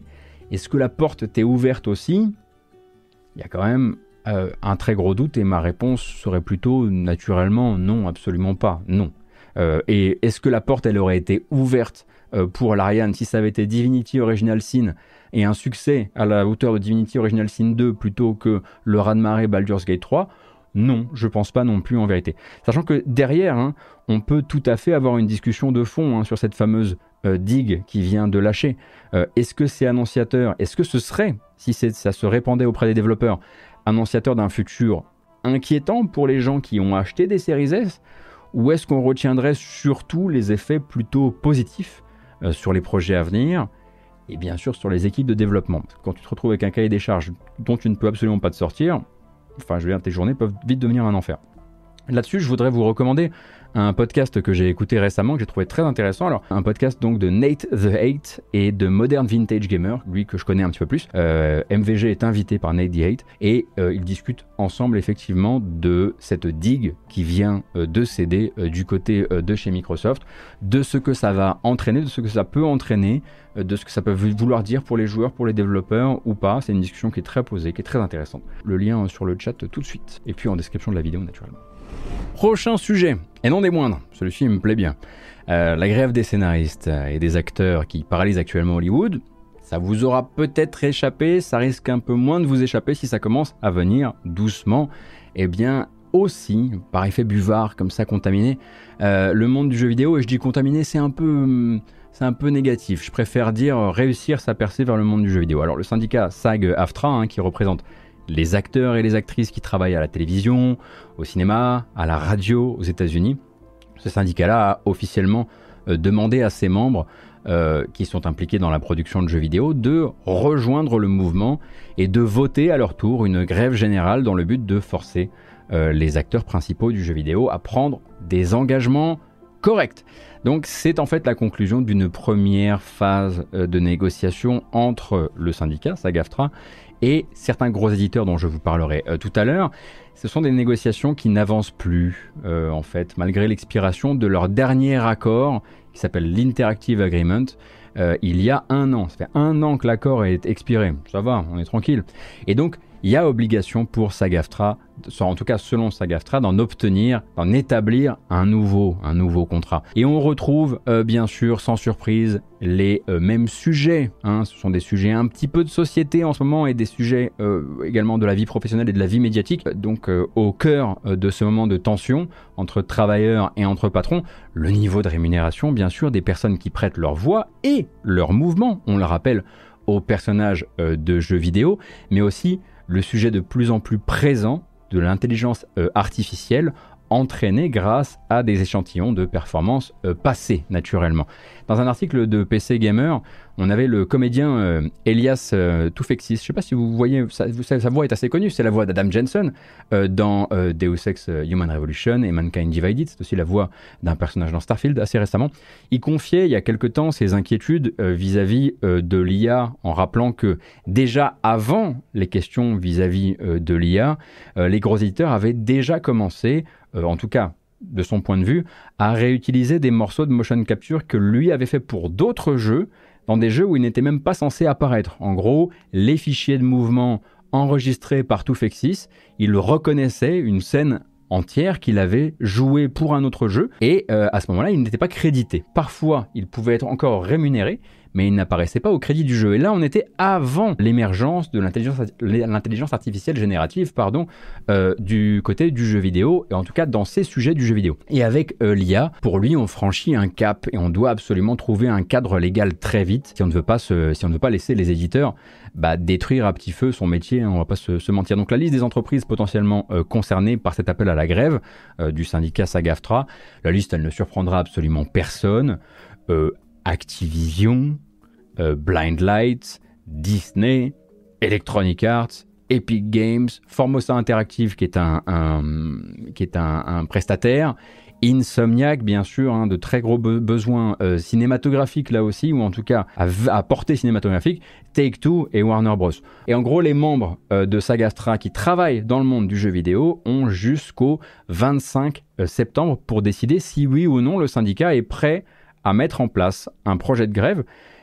Est-ce que la porte t'est ouverte aussi ? Il y a quand même euh, un très gros doute et ma réponse serait plutôt naturellement non, absolument pas, non. Euh, et est-ce que la porte elle aurait été ouverte euh, pour l'Ariane si ça avait été Divinity Original Sin et un succès à la hauteur de Divinity Original Sin deux plutôt que le raz-de-marée Baldur's Gate trois ? Non, je pense pas non plus en vérité. Sachant que derrière, hein, on peut tout à fait avoir une discussion de fond hein, sur cette fameuse euh, digue qui vient de lâcher. Euh, est-ce que c'est annonciateur ? Est-ce que ce serait, si c'est, ça se répandait auprès des développeurs, annonciateur d'un futur inquiétant pour les gens qui ont acheté des séries S ? Ou est-ce qu'on retiendrait surtout les effets plutôt positifs euh, sur les projets à venir et bien sûr sur les équipes de développement ? Quand tu te retrouves avec un cahier des charges dont tu ne peux absolument pas te sortir, enfin je veux dire, tes journées peuvent vite devenir un enfer. Là-dessus, je voudrais vous recommander un podcast que j'ai écouté récemment, que j'ai trouvé très intéressant. Alors, un podcast donc de Nate the Eight et de Modern Vintage Gamer, lui que je connais un petit peu plus. Euh, M V G est invité par Nate the Eight et euh, ils discutent ensemble effectivement de cette digue qui vient euh, de céder euh, du côté euh, de chez Microsoft, de ce que ça va entraîner, de ce que ça peut entraîner, euh, de ce que ça peut vouloir dire pour les joueurs, pour les développeurs ou pas. C'est une discussion qui est très posée, qui est très intéressante. Le lien sur le chat tout de suite et puis en description de la vidéo naturellement. Prochain sujet, et non des moindres, celui-ci me plaît bien. Euh, la grève des scénaristes et des acteurs qui paralysent actuellement Hollywood, ça vous aura peut-être échappé, ça risque un peu moins de vous échapper si ça commence à venir doucement. Et bien aussi, par effet buvard, comme ça contaminé, euh, le monde du jeu vidéo, et je dis contaminé, c'est un peu... c'est un peu négatif. Je préfère dire réussir sa percée vers le monde du jeu vidéo. Alors le syndicat SAG-AFTRA, hein, qui représente les acteurs et les actrices qui travaillent à la télévision, au cinéma, à la radio aux États-Unis. Ce syndicat-là a officiellement euh, demandé à ses membres euh, qui sont impliqués dans la production de jeux vidéo de rejoindre le mouvement et de voter à leur tour une grève générale dans le but de forcer euh, les acteurs principaux du jeu vidéo à prendre des engagements corrects. Donc c'est en fait la conclusion d'une première phase euh, de négociation entre le syndicat SAG-AFTRA et certains gros éditeurs dont je vous parlerai euh, tout à l'heure. Ce sont des négociations qui n'avancent plus, euh, en fait, malgré l'expiration de leur dernier accord, qui s'appelle l'Interactive Agreement, euh, il y a un an. Ça fait un an que l'accord est expiré. Ça va, on est tranquille. Et donc, il y a obligation pour SAG-AFTRA, en tout cas selon SAG-AFTRA, d'en obtenir, d'en établir un nouveau, un nouveau contrat. Et on retrouve euh, bien sûr, sans surprise, les euh, mêmes sujets. Hein. Ce sont des sujets un petit peu de société en ce moment et des sujets euh, également de la vie professionnelle et de la vie médiatique. Donc euh, au cœur euh, de ce moment de tension entre travailleurs et entre patrons, le niveau de rémunération bien sûr des personnes qui prêtent leur voix et leur mouvement, on le rappelle, aux personnages euh, de jeux vidéo, mais aussi le sujet de plus en plus présent de l'intelligence euh, artificielle entraînée grâce à des échantillons de performance euh, passés naturellement. Dans un article de P C Gamer, on avait le comédien euh, Elias euh, Toufexis. Je ne sais pas si vous voyez, sa, sa voix est assez connue, c'est la voix d'Adam Jensen euh, dans euh, Deus Ex Human Revolution et Mankind Divided. C'est aussi la voix d'un personnage dans Starfield assez récemment. Il confiait il y a quelque temps ses inquiétudes euh, vis-à-vis euh, de l'I A en rappelant que déjà avant les questions vis-à-vis euh, de l'I A, euh, les gros éditeurs avaient déjà commencé, euh, en tout cas de son point de vue, à réutiliser des morceaux de motion capture que lui avait fait pour d'autres jeux, dans des jeux où il n'était même pas censé apparaître. En gros, les fichiers de mouvement enregistrés par Toufexis, il reconnaissait une scène entière qu'il avait jouée pour un autre jeu, et euh, à ce moment-là, il n'était pas crédité. Parfois, il pouvait être encore rémunéré, mais il n'apparaissait pas au crédit du jeu. Et là, on était avant l'émergence de l'intelligence, l'intelligence artificielle générative pardon, euh, du côté du jeu vidéo, et en tout cas dans ces sujets du jeu vidéo. Et avec euh, l'I A, pour lui, on franchit un cap, et on doit absolument trouver un cadre légal très vite, si on ne veut pas, se, si on ne veut pas laisser les éditeurs bah, détruire à petit feu son métier, hein, on ne va pas se, se mentir. Donc la liste des entreprises potentiellement euh, concernées par cet appel à la grève euh, du syndicat SAG-AFTRA, la liste, elle ne surprendra absolument personne. Euh, Activision, euh, Blind Light, Disney, Electronic Arts, Epic Games, Formosa Interactive qui est un, un, qui est un, un prestataire, Insomniac bien sûr, hein, de très gros be- besoins euh, cinématographiques là aussi, ou en tout cas à, à portée cinématographique, Take-Two et Warner Bros. Et en gros les membres euh, de SAG-AFTRA qui travaillent dans le monde du jeu vidéo ont jusqu'au vingt-cinq septembre pour décider si oui ou non le syndicat est prêt à mettre en place un projet de grève.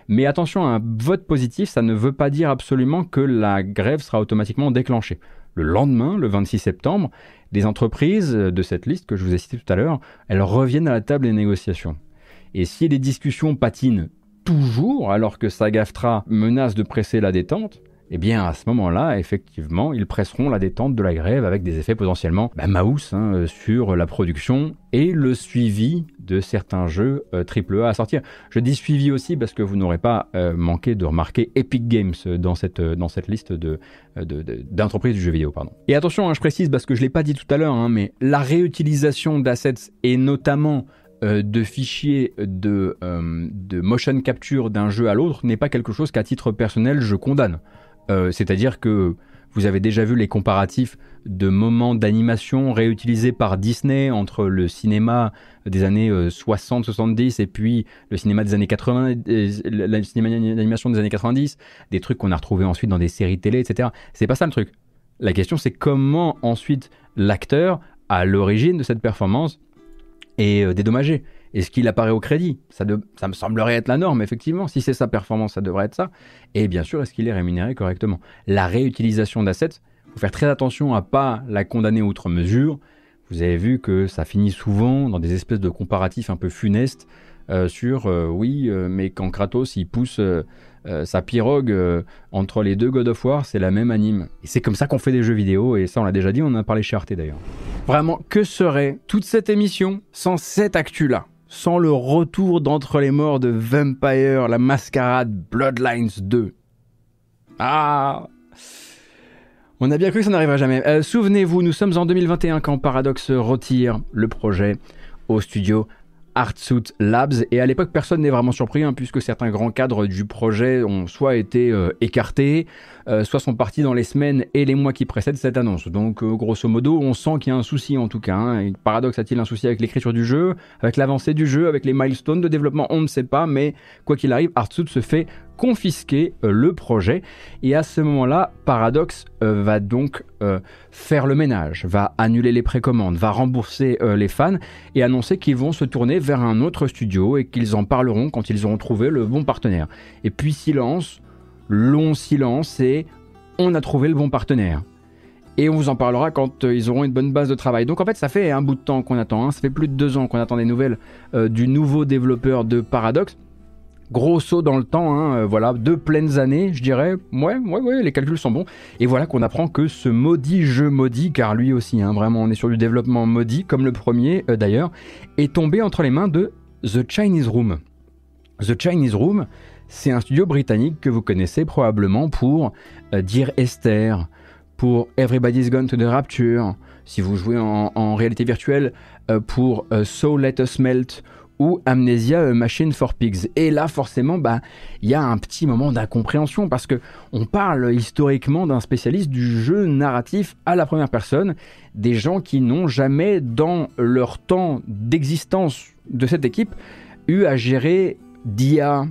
Mais attention, un vote positif, ça ne veut pas dire absolument que la grève sera automatiquement déclenchée. Le lendemain, le vingt-six septembre, des entreprises de cette liste que je vous ai citée tout à l'heure, elles reviennent à la table des négociations. Et si les discussions patinent toujours, alors que SAG-AFTRA menace de presser la détente, eh bien à ce moment-là, effectivement, ils presseront la détente de la grève avec des effets potentiellement bah, maous hein, sur la production et le suivi de certains jeux euh, triple A à sortir. Je dis suivi aussi parce que vous n'aurez pas euh, manqué de remarquer Epic Games dans cette, dans cette liste de, de, de, d'entreprises du jeu vidéo. Pardon. Et attention, hein, je précise parce que je ne l'ai pas dit tout à l'heure, hein, mais la réutilisation d'assets et notamment euh, de fichiers de, euh, de motion capture d'un jeu à l'autre n'est pas quelque chose qu'à titre personnel je condamne. Euh, c'est-à-dire que vous avez déjà vu les comparatifs de moments d'animation réutilisés par Disney entre le cinéma des années euh, soixante soixante-dix et puis le cinéma des années quatre-vingts, euh, le cinéma d'animation des années quatre-vingt-dix, des trucs qu'on a retrouvés ensuite dans des séries télé, et cetera. C'est pas ça le truc. La question, c'est comment ensuite l'acteur, à l'origine de cette performance, est euh, dédommagé. Est-ce qu'il apparaît au crédit ? ça, de, ça me semblerait être la norme, effectivement. Si c'est sa performance, ça devrait être ça. Et bien sûr, est-ce qu'il est rémunéré correctement ? La réutilisation d'assets, il faut faire très attention à ne pas la condamner outre mesure. Vous avez vu que ça finit souvent dans des espèces de comparatifs un peu funestes euh, sur euh, oui, euh, mais quand Kratos il pousse euh, euh, sa pirogue euh, entre les deux God of War, c'est la même anime. Et c'est comme ça qu'on fait des jeux vidéo, et ça on l'a déjà dit, on en a parlé chez Arte d'ailleurs. Vraiment, que serait toute cette émission sans cette actu-là ? Sans le retour d'Entre les Morts de Vampire, la mascarade Bloodlines deux. Ah, on a bien cru que ça n'arriverait jamais. Euh, souvenez-vous, nous sommes en deux mille vingt et un quand Paradox retire le projet au studio Artsuit Labs. Et à l'époque, personne n'est vraiment surpris, hein, puisque certains grands cadres du projet ont soit été euh, écartés, euh, soit sont partis dans les semaines et les mois qui précèdent cette annonce. Donc, euh, grosso modo, on sent qu'il y a un souci en tout cas. Hein. Paradox a-t-il un souci avec l'écriture du jeu, avec l'avancée du jeu, avec les milestones de développement ? On ne sait pas, mais quoi qu'il arrive, Artsuit se fait confisquer euh, le projet. Et à ce moment-là, Paradox euh, va donc euh, faire le ménage, va annuler les précommandes, va rembourser euh, les fans et annoncer qu'ils vont se tourner vers un autre studio et qu'ils en parleront quand ils auront trouvé le bon partenaire. Et puis silence, long silence, et on a trouvé le bon partenaire. Et on vous en parlera quand euh, ils auront une bonne base de travail. Donc en fait, ça fait un bout de temps qu'on attend, hein. Ça fait plus de deux ans qu'on attend des nouvelles euh, du nouveau développeur de Paradox. Gros saut dans le temps, hein, euh, voilà, deux pleines années, je dirais. Ouais, ouais, ouais, les calculs sont bons. Et voilà qu'on apprend que ce maudit jeu maudit, car lui aussi, hein, vraiment, on est sur du développement maudit, comme le premier euh, d'ailleurs, est tombé entre les mains de The Chinese Room. The Chinese Room, c'est un studio britannique que vous connaissez probablement pour euh, Dear Esther, pour Everybody's Gone to the Rapture, si vous jouez en, en réalité virtuelle, euh, pour euh, So Let Us Melt, ou Amnesia A Machine for Pigs. Et là, forcément, bah, il y a un petit moment d'incompréhension parce que on parle historiquement d'un spécialiste du jeu narratif à la première personne, des gens qui n'ont jamais, dans leur temps d'existence de cette équipe, eu à gérer d'I A,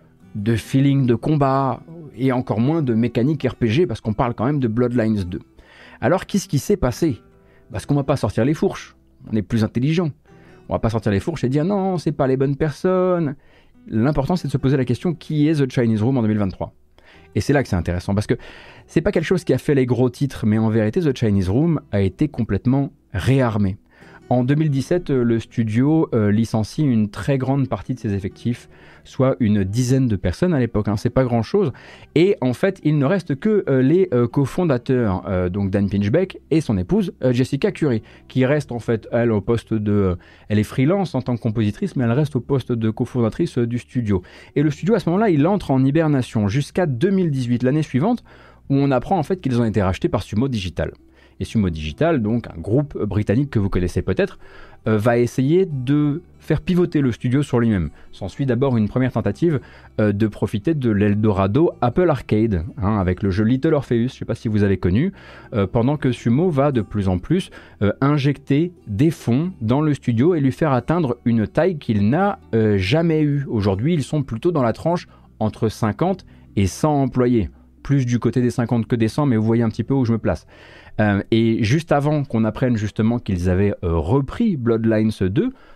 de feeling de combat et encore moins de mécanique R P G parce qu'on parle quand même de Bloodlines deux. Alors, qu'est-ce qui s'est passé ? Parce qu'on va pas sortir les fourches, on est plus intelligent. On va pas sortir les fourches et dire non, c'est pas les bonnes personnes. L'important, c'est de se poser la question, qui est The Chinese Room en deux mille vingt-trois ? Et c'est là que c'est intéressant, parce que c'est pas quelque chose qui a fait les gros titres, mais en vérité, The Chinese Room a été complètement réarmé. En deux mille dix-sept, le studio euh, licencie une très grande partie de ses effectifs, soit une dizaine de personnes à l'époque, hein, c'est pas grand chose. Et en fait, il ne reste que euh, les euh, cofondateurs, euh, donc Dan Pinchbeck et son épouse euh, Jessica Curry, qui reste en fait, elle, au poste de. Euh, elle est freelance en tant que compositrice, mais elle reste au poste de cofondatrice euh, du studio. Et le studio, à ce moment-là, il entre en hibernation jusqu'à deux mille dix-huit, l'année suivante, où on apprend en fait qu'ils ont été rachetés par Sumo Digital. Et Sumo Digital, donc un groupe britannique que vous connaissez peut-être, euh, va essayer de faire pivoter le studio sur lui-même. S'ensuit d'abord une première tentative euh, de profiter de l'Eldorado Apple Arcade, hein, avec le jeu Little Orpheus, je ne sais pas si vous avez connu, euh, pendant que Sumo va de plus en plus euh, injecter des fonds dans le studio et lui faire atteindre une taille qu'il n'a euh, jamais eue. Aujourd'hui, ils sont plutôt dans la tranche entre cinquante et cent employés. Plus du côté des cinquante que des cent, mais vous voyez un petit peu où je me place. Euh, et juste avant qu'on apprenne justement qu'ils avaient euh, repris Bloodlines deux,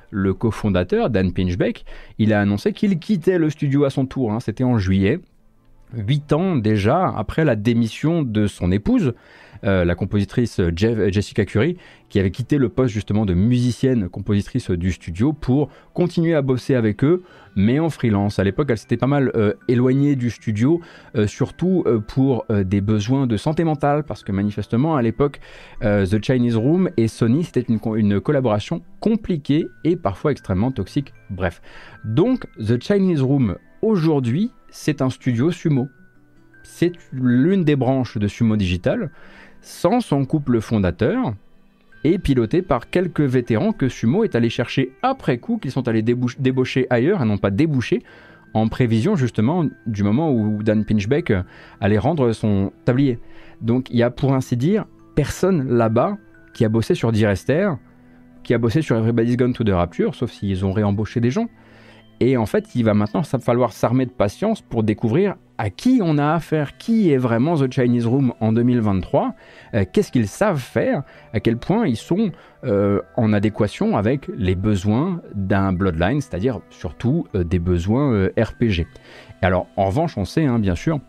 le cofondateur, Dan Pinchbeck, il a annoncé qu'il quittait le studio à son tour, hein, c'était en juillet, huit ans déjà après la démission de son épouse, euh, la compositrice Jeff, Jessica Curry, qui avait quitté le poste justement de musicienne compositrice du studio pour continuer à bosser avec eux, mais en freelance. À l'époque, elle s'était pas mal euh, éloignée du studio, euh, surtout euh, pour euh, des besoins de santé mentale, parce que manifestement, à l'époque, euh, The Chinese Room et Sony, c'était une, une collaboration compliquée et parfois extrêmement toxique. Bref. Donc, The Chinese Room, aujourd'hui, c'est un studio sumo. C'est l'une des branches de Sumo Digital, sans son couple fondateur, et piloté par quelques vétérans que Sumo est allé chercher après coup, qu'ils sont allés débaucher ailleurs et non pas déboucher, en prévision justement du moment où Dan Pinchbeck allait rendre son tablier. Donc il y a pour ainsi dire personne là-bas qui a bossé sur Direster, qui a bossé sur Everybody's Gone to the Rapture, sauf s'ils ont réembauché des gens. Et en fait, il va maintenant falloir s'armer de patience pour découvrir à qui on a affaire, qui est vraiment The Chinese Room en deux mille vingt-trois, euh, qu'est-ce qu'ils savent faire, à quel point ils sont euh, en adéquation avec les besoins d'un Bloodline, c'est-à-dire surtout euh, des besoins euh, R P G. Et alors, en revanche, on sait hein, bien sûr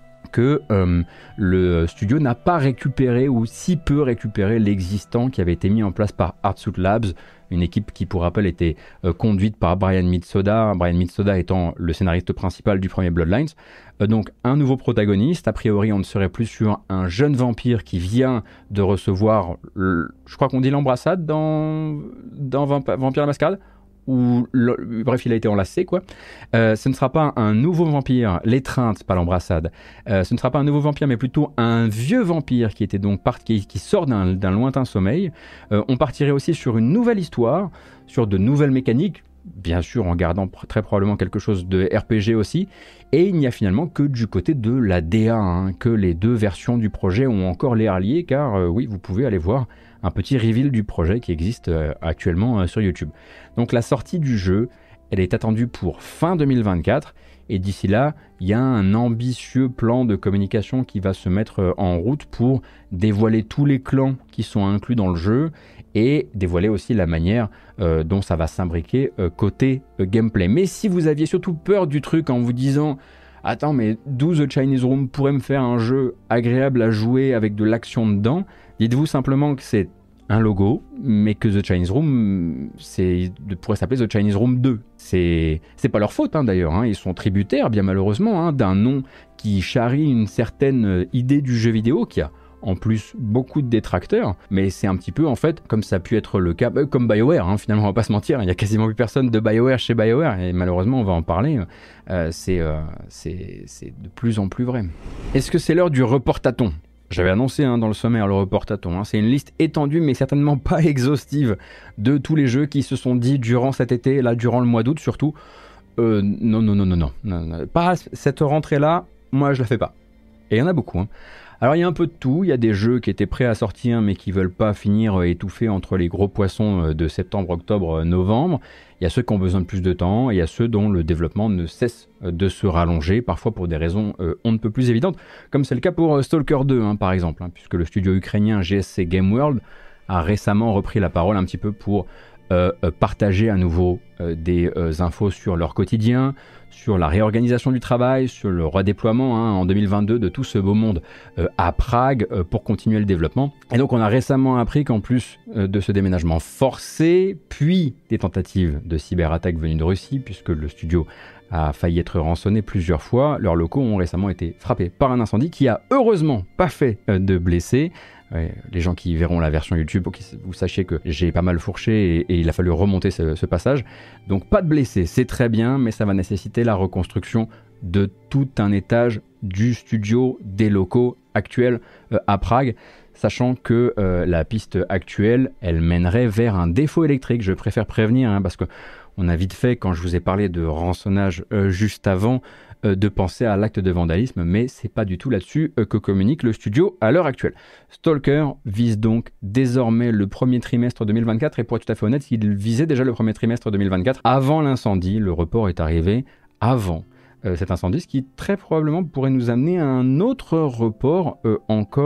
que euh, le studio n'a pas récupéré ou si peu récupéré l'existant qui avait été mis en place par Artsuit Labs, une équipe qui, pour rappel, était euh, conduite par Brian Mitsoda, Brian Mitsoda étant le scénariste principal du premier Bloodlines. Euh, donc un nouveau protagoniste, a priori on ne serait plus sur un jeune vampire qui vient de recevoir, le, je crois qu'on dit l'embrassade dans, dans Vampire la Mascarade, ou le, bref il a été enlacé quoi. Euh, ce ne sera pas un nouveau vampire, l'étreinte, pas l'embrassade, euh, ce ne sera pas un nouveau vampire mais plutôt un vieux vampire qui était donc part, qui, qui sort d'un, d'un lointain sommeil. Euh, on partirait aussi sur une nouvelle histoire, sur de nouvelles mécaniques, bien sûr en gardant pr- très probablement quelque chose de R P G aussi, et il n'y a finalement que du côté de la D A hein, que les deux versions du projet ont encore l'air liées, car euh, oui vous pouvez aller voir un petit reveal du projet qui existe euh, actuellement euh, sur YouTube. Donc la sortie du jeu, elle est attendue pour fin deux mille vingt-quatre, et d'ici là, il y a un ambitieux plan de communication qui va se mettre euh, en route pour dévoiler tous les clans qui sont inclus dans le jeu, et dévoiler aussi la manière euh, dont ça va s'imbriquer euh, côté euh, gameplay. Mais si vous aviez surtout peur du truc en vous disant « Attends, mais d'où The Chinese Room pourrait me faire un jeu agréable à jouer avec de l'action dedans ?» Dites-vous simplement que c'est un logo, mais que The Chinese Room c'est, pourrait s'appeler The Chinese Room deux. C'est, c'est pas leur faute hein, d'ailleurs, hein. Ils sont tributaires, bien malheureusement, hein, d'un nom qui charrie une certaine idée du jeu vidéo qui a en plus beaucoup de détracteurs, mais c'est un petit peu en fait comme ça a pu être le cas, comme BioWare, hein, finalement on va pas se mentir, il y a quasiment plus personne de BioWare chez BioWare, et malheureusement on va en parler, euh, c'est, euh, c'est, c'est de plus en plus vrai. Est-ce que c'est l'heure du reportaton ? J'avais annoncé hein, dans le sommaire le reportaton, hein. C'est une liste étendue mais certainement pas exhaustive de tous les jeux qui se sont dit durant cet été, là durant le mois d'août surtout, euh, non, non, non, non, non, non, non, pas cette rentrée-là, moi je la fais pas. Et il y en a beaucoup. Hein. Alors il y a un peu de tout, il y a des jeux qui étaient prêts à sortir mais qui veulent pas finir étouffés entre les gros poissons de septembre, octobre, novembre. Il y a ceux qui ont besoin de plus de temps et il y a ceux dont le développement ne cesse de se rallonger, parfois pour des raisons euh, on ne peut plus évidentes, comme c'est le cas pour Stalker deux hein, par exemple, hein, puisque le studio ukrainien G S C Game World a récemment repris la parole un petit peu pour euh, partager à nouveau euh, des euh, infos sur leur quotidien, sur la réorganisation du travail, sur le redéploiement hein, en deux mille vingt-deux de tout ce beau monde euh, à Prague euh, pour continuer le développement. Et donc on a récemment appris qu'en plus euh, de ce déménagement forcé, puis des tentatives de cyberattaque venues de Russie, puisque le studio a failli être rançonné plusieurs fois, leurs locaux ont récemment été frappés par un incendie qui a heureusement pas fait euh, de blessés. Ouais, les gens qui verront la version YouTube, pour que vous sachiez que j'ai pas mal fourché et, et il a fallu remonter ce, ce passage. Donc pas de blessés, c'est très bien, mais ça va nécessiter la reconstruction de tout un étage du studio, des locaux actuels euh, à Prague, sachant que euh, la piste actuelle, elle mènerait vers un défaut électrique. Je préfère prévenir, hein, parce que on a vite fait, quand je vous ai parlé de rançonnage euh, juste avant, euh, de penser à l'acte de vandalisme, mais c'est pas du tout là-dessus euh, que communique le studio à l'heure actuelle. Stalker vise donc désormais le premier trimestre deux mille vingt-quatre, et pour être tout à fait honnête, il visait déjà le premier trimestre deux mille vingt-quatre avant l'incendie. Le report est arrivé avant euh, cet incendie, ce qui très probablement pourrait nous amener à un autre report euh, encore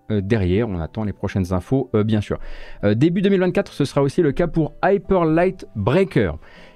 euh, derrière. On attend les prochaines infos, euh, bien sûr. Euh, début deux mille vingt-quatre, ce sera aussi le cas pour Hyper Light Breaker,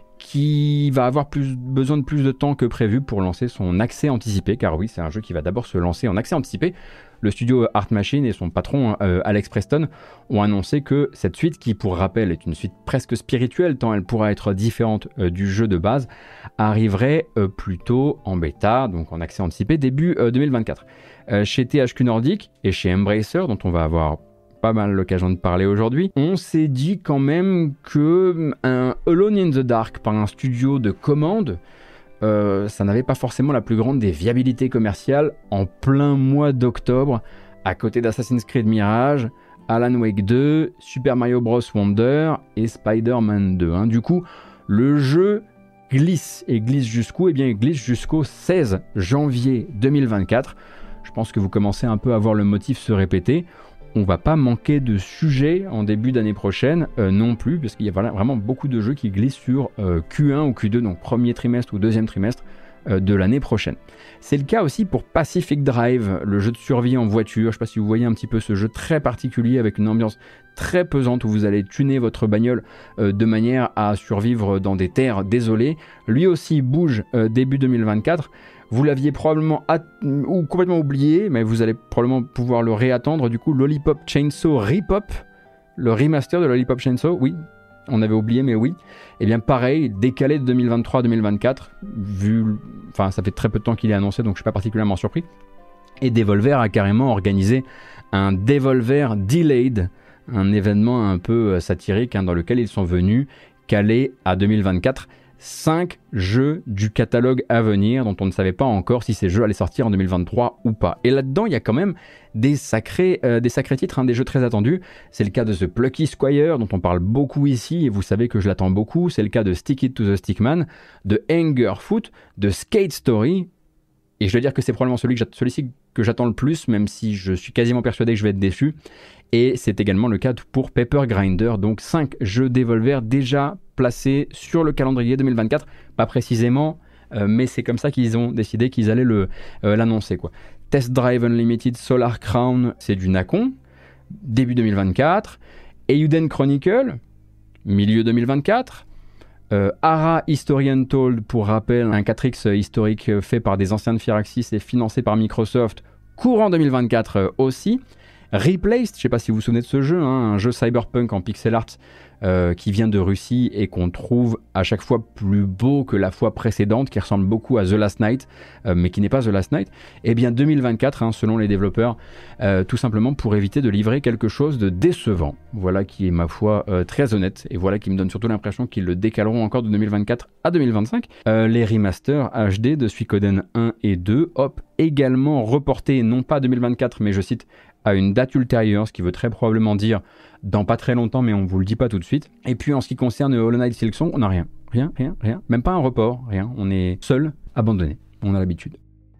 qui va avoir plus, besoin de plus de temps que prévu pour lancer son accès anticipé, car oui, c'est un jeu qui va d'abord se lancer en accès anticipé. Le studio Art Machine et son patron euh, Alex Preston ont annoncé que cette suite, qui pour rappel est une suite presque spirituelle tant elle pourra être différente euh, du jeu de base, arriverait euh, plutôt en bêta, donc en accès anticipé début euh, deux mille vingt-quatre. Euh, chez T H Q Nordic et chez Embracer, dont on va avoir pas mal l'occasion de parler aujourd'hui, on s'est dit quand même que un Alone in the Dark par un studio de commande, Euh, ça n'avait pas forcément la plus grande des viabilités commerciales en plein mois d'octobre, à côté d'Assassin's Creed Mirage, Alan Wake deux, Super Mario Bros Wonder et Spider-Man deux. Hein. Du coup, le jeu glisse, et glisse jusqu'où ? Eh bien, il glisse jusqu'au seize janvier deux mille vingt-quatre. Je pense que vous commencez un peu à voir le motif se répéter. On va pas manquer de sujets en début d'année prochaine euh, non plus, parce qu'il y a vraiment beaucoup de jeux qui glissent sur euh, Q un ou Q deux, donc premier trimestre ou deuxième trimestre euh, de l'année prochaine. C'est le cas aussi pour Pacific Drive, le jeu de survie en voiture. Je ne sais pas si vous voyez un petit peu ce jeu très particulier avec une ambiance très pesante où vous allez tuner votre bagnole euh, de manière à survivre dans des terres désolées. Lui aussi bouge euh, début deux mille vingt-quatre. Vous l'aviez probablement at- ou complètement oublié, mais vous allez probablement pouvoir le réattendre. Du coup, Lollipop Chainsaw Repop, le remaster de Lollipop Chainsaw, oui, on avait oublié, mais oui. Et bien pareil, décalé de deux mille vingt-trois à deux mille vingt-quatre, vu, enfin ça fait très peu de temps qu'il est annoncé, donc je ne suis pas particulièrement surpris. Et Devolver a carrément organisé un Devolver Delayed, un événement un peu satirique hein, dans lequel ils sont venus caler à deux mille vingt-quatre cinq jeux du catalogue à venir dont on ne savait pas encore si ces jeux allaient sortir en deux mille vingt-trois ou pas. Et là-dedans, il y a quand même des sacrés, euh, des sacrés titres, hein, des jeux très attendus. C'est le cas de The Plucky Squire, dont on parle beaucoup ici, et vous savez que je l'attends beaucoup. C'est le cas de Stick It to the Stickman, de Angerfoot, de Skate Story. Et je dois dire que c'est probablement celui que celui-ci que j'attends le plus, même si je suis quasiment persuadé que je vais être déçu. Et c'est également le cas pour Paper Grinder, donc cinq jeux Devolver déjà placés sur le calendrier deux mille vingt-quatre, pas précisément, euh, mais c'est comme ça qu'ils ont décidé qu'ils allaient le, euh, l'annoncer, quoi. Test Drive Unlimited Solar Crown, c'est du Nacon, début deux mille vingt-quatre. Eiyuden Chronicle, milieu deux mille vingt-quatre. Euh, Ara History Untold, pour rappel, un quatre X historique fait par des anciens de Firaxis et financé par Microsoft, courant deux mille vingt-quatre euh, aussi. Replaced, je ne sais pas si vous vous souvenez de ce jeu, hein, un jeu cyberpunk en pixel art euh, qui vient de Russie et qu'on trouve à chaque fois plus beau que la fois précédente, qui ressemble beaucoup à The Last Night, euh, mais qui n'est pas The Last Night. Et bien deux mille vingt-quatre, hein, selon les développeurs, euh, tout simplement pour éviter de livrer quelque chose de décevant. Voilà qui est ma foi euh, très honnête, et voilà qui me donne surtout l'impression qu'ils le décaleront encore de deux mille vingt-quatre à deux mille vingt-cinq. Euh, les remasters H D de Suikoden un et deux, hop, également reportés, non pas deux mille vingt-quatre, mais je cite, à une date ultérieure, ce qui veut très probablement dire dans pas très longtemps, mais on vous le dit pas tout de suite. Et puis en ce qui concerne Hollow Knight Silksong, on n'a rien, rien, rien, rien, même pas un report, rien, on est seul, abandonné, on a l'habitude.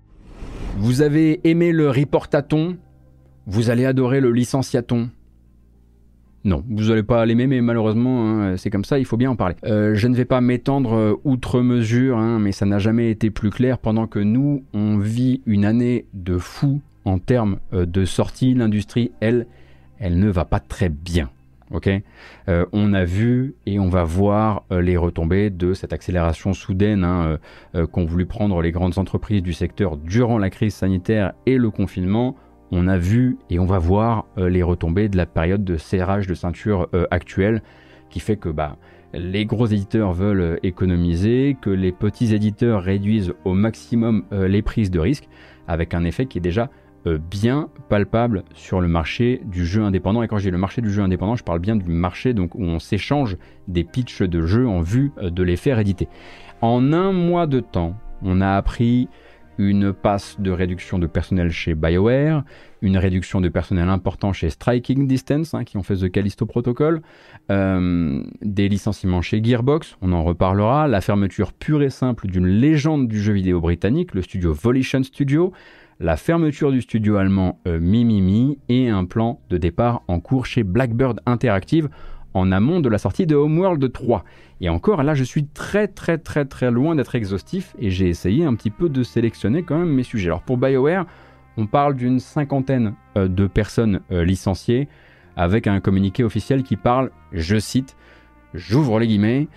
Vous avez aimé le reportaton, vous allez adorer le licenciaton. Non, vous n'allez pas l'aimer, mais malheureusement, hein, c'est comme ça, il faut bien en parler. Euh, je ne vais pas m'étendre euh, outre mesure, hein, mais ça n'a jamais été plus clair. Pendant que nous, on vit une année de fou en termes euh, de sortie, l'industrie, elle, elle ne va pas très bien. Okay euh, on a vu et on va voir euh, les retombées de cette accélération soudaine hein, euh, euh, qu'ont voulu prendre les grandes entreprises du secteur durant la crise sanitaire et le confinement. On a vu et on va voir euh, les retombées de la période de serrage de ceinture euh, actuelle, qui fait que bah, les gros éditeurs veulent euh, économiser, que les petits éditeurs réduisent au maximum euh, les prises de risque, avec un effet qui est déjà euh, bien palpable sur le marché du jeu indépendant. Et quand je dis le marché du jeu indépendant, je parle bien du marché donc, où on s'échange des pitchs de jeux en vue euh, de les faire éditer. En un mois de temps, on a appris une passe de réduction de personnel chez BioWare, une réduction de personnel important chez Striking Distance, hein, qui ont fait The Callisto Protocol, euh, des licenciements chez Gearbox, on en reparlera, la fermeture pure et simple d'une légende du jeu vidéo britannique, le studio Volition Studio, la fermeture du studio allemand euh, Mimimi, et un plan de départ en cours chez Blackbird Interactive, en amont de la sortie de Homeworld trois. Et encore, là, je suis très très très très loin d'être exhaustif et j'ai essayé un petit peu de sélectionner quand même mes sujets. Alors pour BioWare, On parle d'une cinquantaine euh, de personnes euh, licenciées, avec un communiqué officiel qui parle, je cite, j'ouvre les guillemets,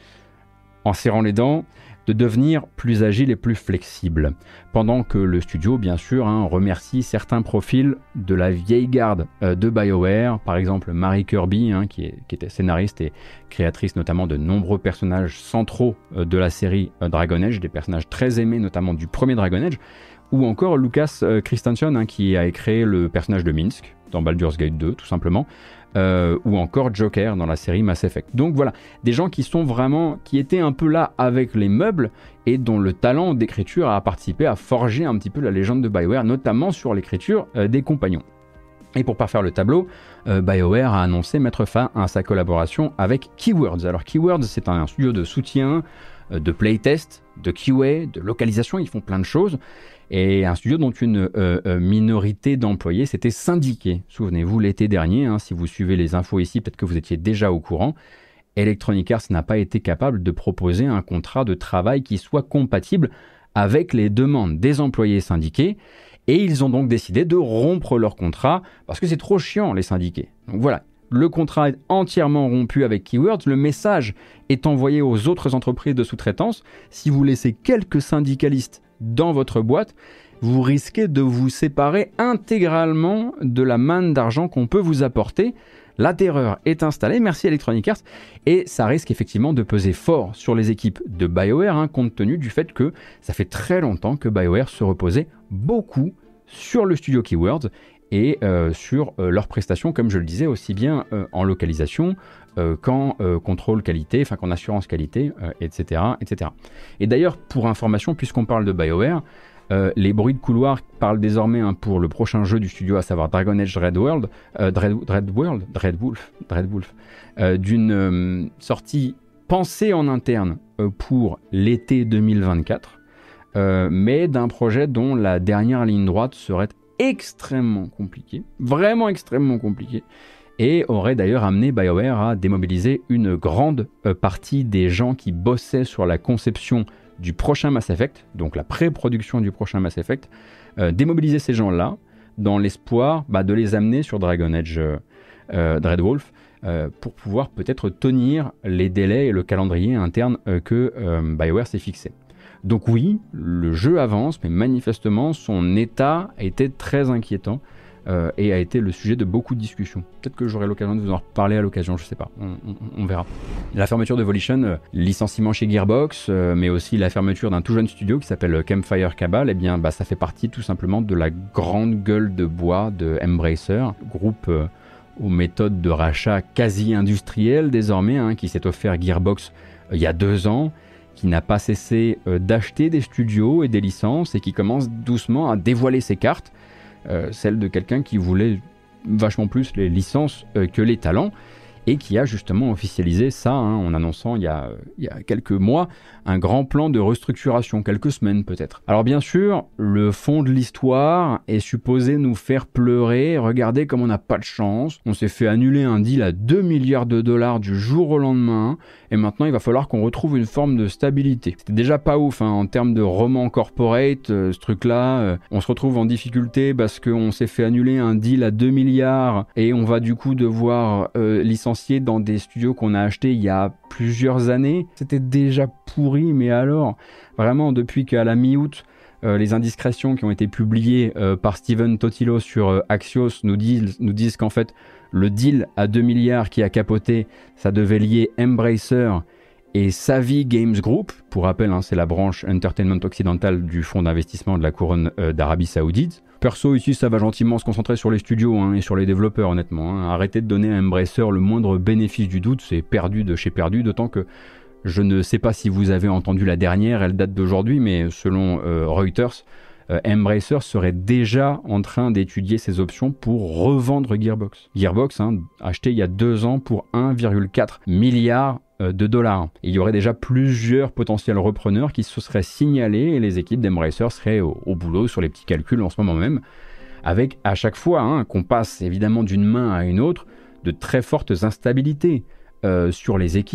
en serrant les dents, de devenir plus agile et plus flexible. Pendant que le studio, bien sûr, hein, remercie certains profils de la vieille garde euh, de BioWare, par exemple Marie Kirby, hein, qui, est, qui était scénariste et créatrice notamment de nombreux personnages centraux euh, de la série euh, Dragon Age, des personnages très aimés notamment du premier Dragon Age, ou encore Lucas euh, Christensen, hein, qui a créé le personnage de Minsk dans Baldur's Gate deux, tout simplement, euh, ou encore Joker dans la série Mass Effect. Donc voilà, des gens qui sont vraiment, qui étaient un peu là avec les meubles et dont le talent d'écriture a participé à forger un petit peu la légende de BioWare, notamment sur l'écriture euh, des compagnons. Et pour parfaire le tableau, euh, BioWare a annoncé mettre fin à sa collaboration avec Keywords. Alors Keywords, c'est un studio de soutien, euh, de playtest, de Q A, de localisation, ils font plein de choses. Et un studio dont une euh, euh, minorité d'employés s'était syndiquée. Souvenez-vous, l'été dernier, hein, si vous suivez les infos ici, peut-être que vous étiez déjà au courant, Electronic Arts n'a pas été capable de proposer un contrat de travail qui soit compatible avec les demandes des employés syndiqués. Et ils ont donc décidé de rompre leur contrat parce que c'est trop chiant, les syndiqués. Donc voilà, le contrat est entièrement rompu avec Keywords. Le message est envoyé aux autres entreprises de sous-traitance. Si vous laissez quelques syndicalistes dans votre boîte, vous risquez de vous séparer intégralement de la manne d'argent qu'on peut vous apporter. La terreur est installée, merci Electronic Arts, et ça risque effectivement de peser fort sur les équipes de BioWare, hein, compte tenu du fait que ça fait très longtemps que BioWare se reposait beaucoup sur le studio Keywords et euh, sur euh, leurs prestations, comme je le disais, aussi bien euh, en localisation euh, qu'en euh, contrôle qualité, enfin qu'en assurance qualité, euh, et cetera, et cetera. Et d'ailleurs, pour information, puisqu'on parle de BioWare, euh, les bruits de couloir parlent désormais hein, pour le prochain jeu du studio, à savoir Dragon Age Dread World, euh, Dread, Dread World, Dread Wolf, Dread Wolf, euh, d'une euh, sortie pensée en interne euh, pour l'été deux mille vingt-quatre, euh, mais d'un projet dont la dernière ligne droite serait extrêmement compliquée, vraiment extrêmement compliquée, et aurait d'ailleurs amené BioWare à démobiliser une grande euh, partie des gens qui bossaient sur la conception du prochain Mass Effect, donc la pré-production du prochain Mass Effect, euh, démobiliser ces gens-là dans l'espoir bah, de les amener sur Dragon Age euh, euh, Dreadwolf euh, pour pouvoir peut-être tenir les délais et le calendrier interne euh, que euh, BioWare s'est fixé. Donc oui, le jeu avance, mais manifestement son état a été très inquiétant euh, et a été le sujet de beaucoup de discussions. Peut-être que j'aurai l'occasion de vous en reparler à l'occasion, je sais pas, on, on, on verra. La fermeture de Volition, euh, licenciement chez Gearbox, euh, mais aussi la fermeture d'un tout jeune studio qui s'appelle Campfire Cabal, eh bien bah, ça fait partie tout simplement de la grande gueule de bois de Embracer, groupe euh, aux méthodes de rachat quasi industrielles désormais, hein, qui s'est offert Gearbox euh, il y a deux ans, qui n'a pas cessé euh, d'acheter des studios et des licences et qui commence doucement à dévoiler ses cartes, euh, celle de quelqu'un qui voulait vachement plus les licences euh, que les talents, et qui a justement officialisé ça hein, en annonçant il y, a, il y a quelques mois un grand plan de restructuration, quelques semaines peut-être. Alors bien sûr, le fond de l'histoire est supposé nous faire pleurer, regardez comme on n'a pas de chance, on s'est fait annuler un deal à deux milliards de dollars du jour au lendemain, et maintenant il va falloir qu'on retrouve une forme de stabilité. C'était déjà pas ouf hein, en termes de roman corporate, euh, ce truc-là, euh, on se retrouve en difficulté parce qu'on s'est fait annuler un deal à deux milliards, et on va du coup devoir euh, licencier dans des studios qu'on a achetés il y a plusieurs années. C'était déjà pourri, mais alors, vraiment, depuis qu'à la mi-août, euh, les indiscrétions qui ont été publiées euh, par Steven Totilo sur euh, Axios nous disent, nous disent qu'en fait, le deal à deux milliards qui a capoté, ça devait lier Embracer et Savvy Games Group. Pour rappel, hein, c'est la branche entertainment occidentale du fonds d'investissement de la couronne euh, d'Arabie Saoudite. Perso, ici, ça va gentiment se concentrer sur les studios hein, et sur les développeurs, honnêtement. Hein. Arrêtez de donner à Embracer le moindre bénéfice du doute, c'est perdu de chez perdu, d'autant que je ne sais pas si vous avez entendu la dernière, elle date d'aujourd'hui, mais selon euh, Reuters, euh, Embracer serait déjà en train d'étudier ses options pour revendre Gearbox. Gearbox, hein, acheté il y a deux ans pour un virgule quatre milliard de dollars. Et il y aurait déjà plusieurs potentiels repreneurs qui se seraient signalés et les équipes d'Embracer seraient au, au boulot sur les petits calculs en ce moment même, avec à chaque fois hein, qu'on passe évidemment d'une main à une autre, de très fortes instabilités euh, sur les équipes,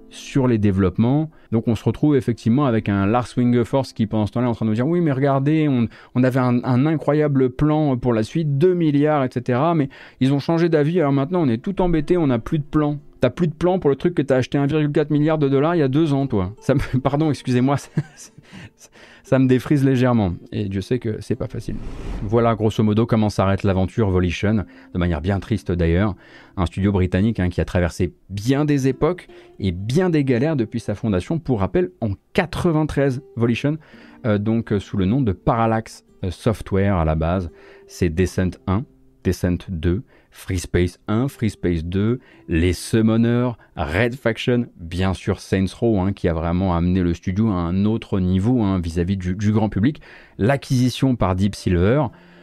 sur les développements. Donc on se retrouve effectivement avec un Lars Wingefors qui pendant ce temps-là est en train de nous dire oui mais regardez, on, on avait un, un incroyable plan pour la suite, deux milliards, et cetera. Mais ils ont changé d'avis, alors maintenant on est tout embêté, on n'a plus de plan. T'as plus de plan pour le truc que t'as acheté un virgule quatre milliard de dollars il y a deux ans, toi. Ça me... Pardon, excusez-moi, ça, ça me défrise légèrement. Et Dieu sait que c'est pas facile. Voilà grosso modo comment s'arrête l'aventure Volition, de manière bien triste d'ailleurs. Un studio britannique hein, qui a traversé bien des époques et bien des galères depuis sa fondation. Pour rappel, en quatre-vingt-treize, Volition, euh, donc euh, sous le nom de Parallax Software à la base. C'est Descent un, Descent deux, Free Space un, Free Space deux, les Summoners, Red Faction, bien sûr Saints Row hein, qui a vraiment amené le studio à un autre niveau hein, vis-à-vis du, du grand public, l'acquisition par Deep Silver,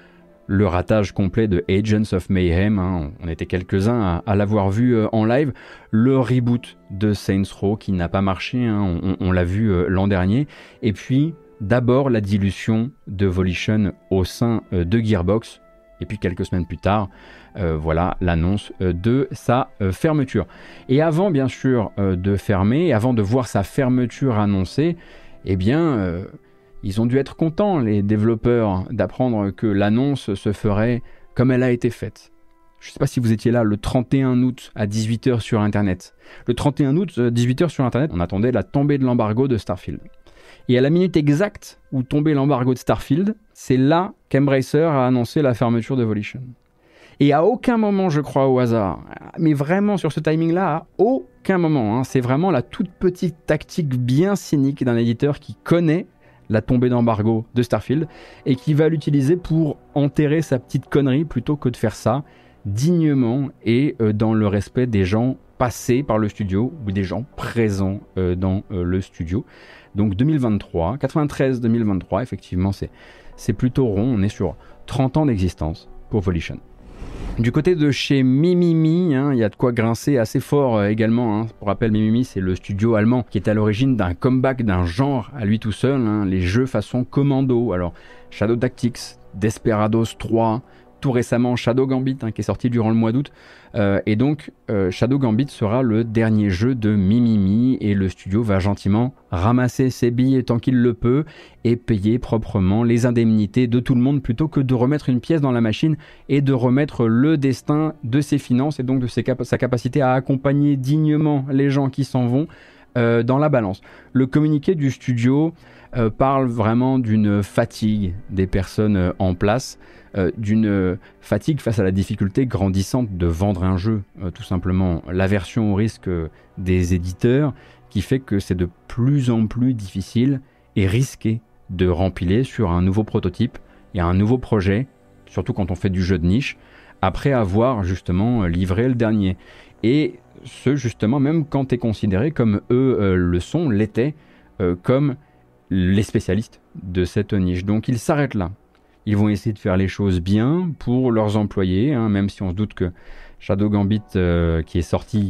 le ratage complet de Agents of Mayhem, hein, on était quelques-uns à, à l'avoir vu euh, en live, le reboot de Saints Row qui n'a pas marché, hein, on, on l'a vu euh, l'an dernier, et puis d'abord la dilution de Volition au sein euh, de Gearbox, et puis quelques semaines plus tard, euh, voilà l'annonce euh, de sa euh, fermeture. Et avant bien sûr euh, de fermer, avant de voir sa fermeture annoncée, eh bien euh, ils ont dû être contents les développeurs d'apprendre que l'annonce se ferait comme elle a été faite. Je ne sais pas si vous étiez là le trente et un août à dix-huit heures sur internet. Le trente et un août, dix-huit heures sur internet, on attendait la tombée de l'embargo de Starfield. Et à la minute exacte où tombait l'embargo de Starfield, c'est là qu'Embracer a annoncé la fermeture de Volition. Et à aucun moment, je crois au hasard, mais vraiment sur ce timing-là, à aucun moment, hein, c'est vraiment la toute petite tactique bien cynique d'un éditeur qui connaît la tombée d'embargo de Starfield et qui va l'utiliser pour enterrer sa petite connerie plutôt que de faire ça dignement et euh, dans le respect des gens passés par le studio ou des gens présents euh, dans euh, le studio. Donc deux mille vingt-trois, quatre-vingt-treize deux mille vingt-trois, effectivement, c'est, c'est plutôt rond. On est sur trente ans d'existence pour Volition. Du côté de chez Mimimi, hein, il y a de quoi grincer assez fort euh, également. Hein. Pour rappel, Mimimi, c'est le studio allemand qui est à l'origine d'un comeback d'un genre à lui tout seul, hein, les jeux façon commando. Alors, Shadow Tactics, Desperados trois, tout récemment Shadow Gambit hein, qui est sorti durant le mois d'août. Euh, et donc, euh, Shadow Gambit sera le dernier jeu de Mimimi et le studio va gentiment ramasser ses billes tant qu'il le peut et payer proprement les indemnités de tout le monde plutôt que de remettre une pièce dans la machine et de remettre le destin de ses finances et donc de ses cap- sa capacité à accompagner dignement les gens qui s'en vont euh, dans la balance. Le communiqué du studio euh, parle vraiment d'une fatigue des personnes euh, en place. Euh, d'une fatigue face à la difficulté grandissante de vendre un jeu, euh, tout simplement l'aversion au risque euh, des éditeurs qui fait que c'est de plus en plus difficile et risqué de rempiler sur un nouveau prototype et un nouveau projet, surtout quand on fait du jeu de niche, après avoir justement livré le dernier. Et ce justement même quand tu es considéré comme eux euh, le sont, l'étaient, euh, comme les spécialistes de cette niche. Donc ils s'arrêtent là. Ils vont essayer de faire les choses bien pour leurs employés, hein, même si on se doute que Shadow Gambit, euh, qui est sorti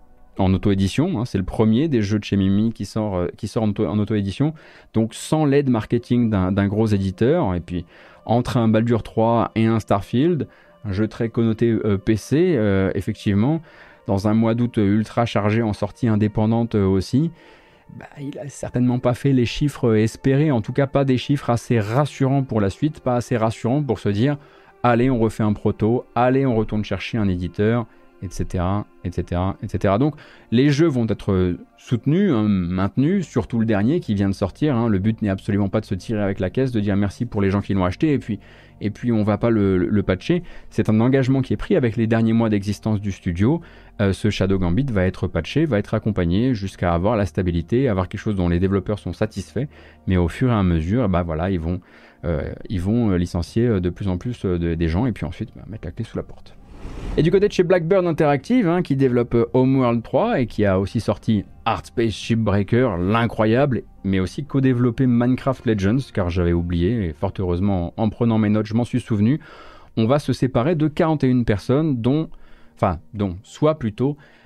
en auto-édition, hein, c'est le premier des jeux de chez Mimi qui sort, euh, qui sort en, auto- en auto-édition, donc sans l'aide marketing d'un, d'un gros éditeur, et puis entre un Baldur trois et un Starfield, un jeu très connoté euh, P C, euh, effectivement, dans un mois d'août ultra chargé en sortie indépendante euh, aussi, bah, il a certainement pas fait les chiffres espérés, en tout cas pas des chiffres assez rassurants pour la suite, pas assez rassurants pour se dire allez on refait un proto, allez on retourne chercher un éditeur, et cetera, et cetera, et cetera. Donc les jeux vont être soutenus, hein, maintenus, surtout le dernier qui vient de sortir. Hein. Le but n'est absolument pas de se tirer avec la caisse, de dire merci pour les gens qui l'ont acheté et puis, et puis on va pas le, le, le patcher. C'est un engagement qui est pris avec les derniers mois d'existence du studio. Euh, ce Shadow Gambit va être patché, va être accompagné jusqu'à avoir la stabilité, avoir quelque chose dont les développeurs sont satisfaits. Mais au fur et à mesure, bah voilà, ils vont, euh, ils vont licencier de plus en plus de, des gens et puis ensuite bah, mettre la clé sous la porte. Et du côté de chez Blackbird Interactive, hein, qui développe Homeworld trois et qui a aussi sorti Art Space Shipbreaker, l'incroyable, mais aussi co-développé Minecraft Legends, car j'avais oublié, et fort heureusement en prenant mes notes, je m'en suis souvenu, on va se séparer de quarante et une personnes, dont, enfin, dont, soit plutôt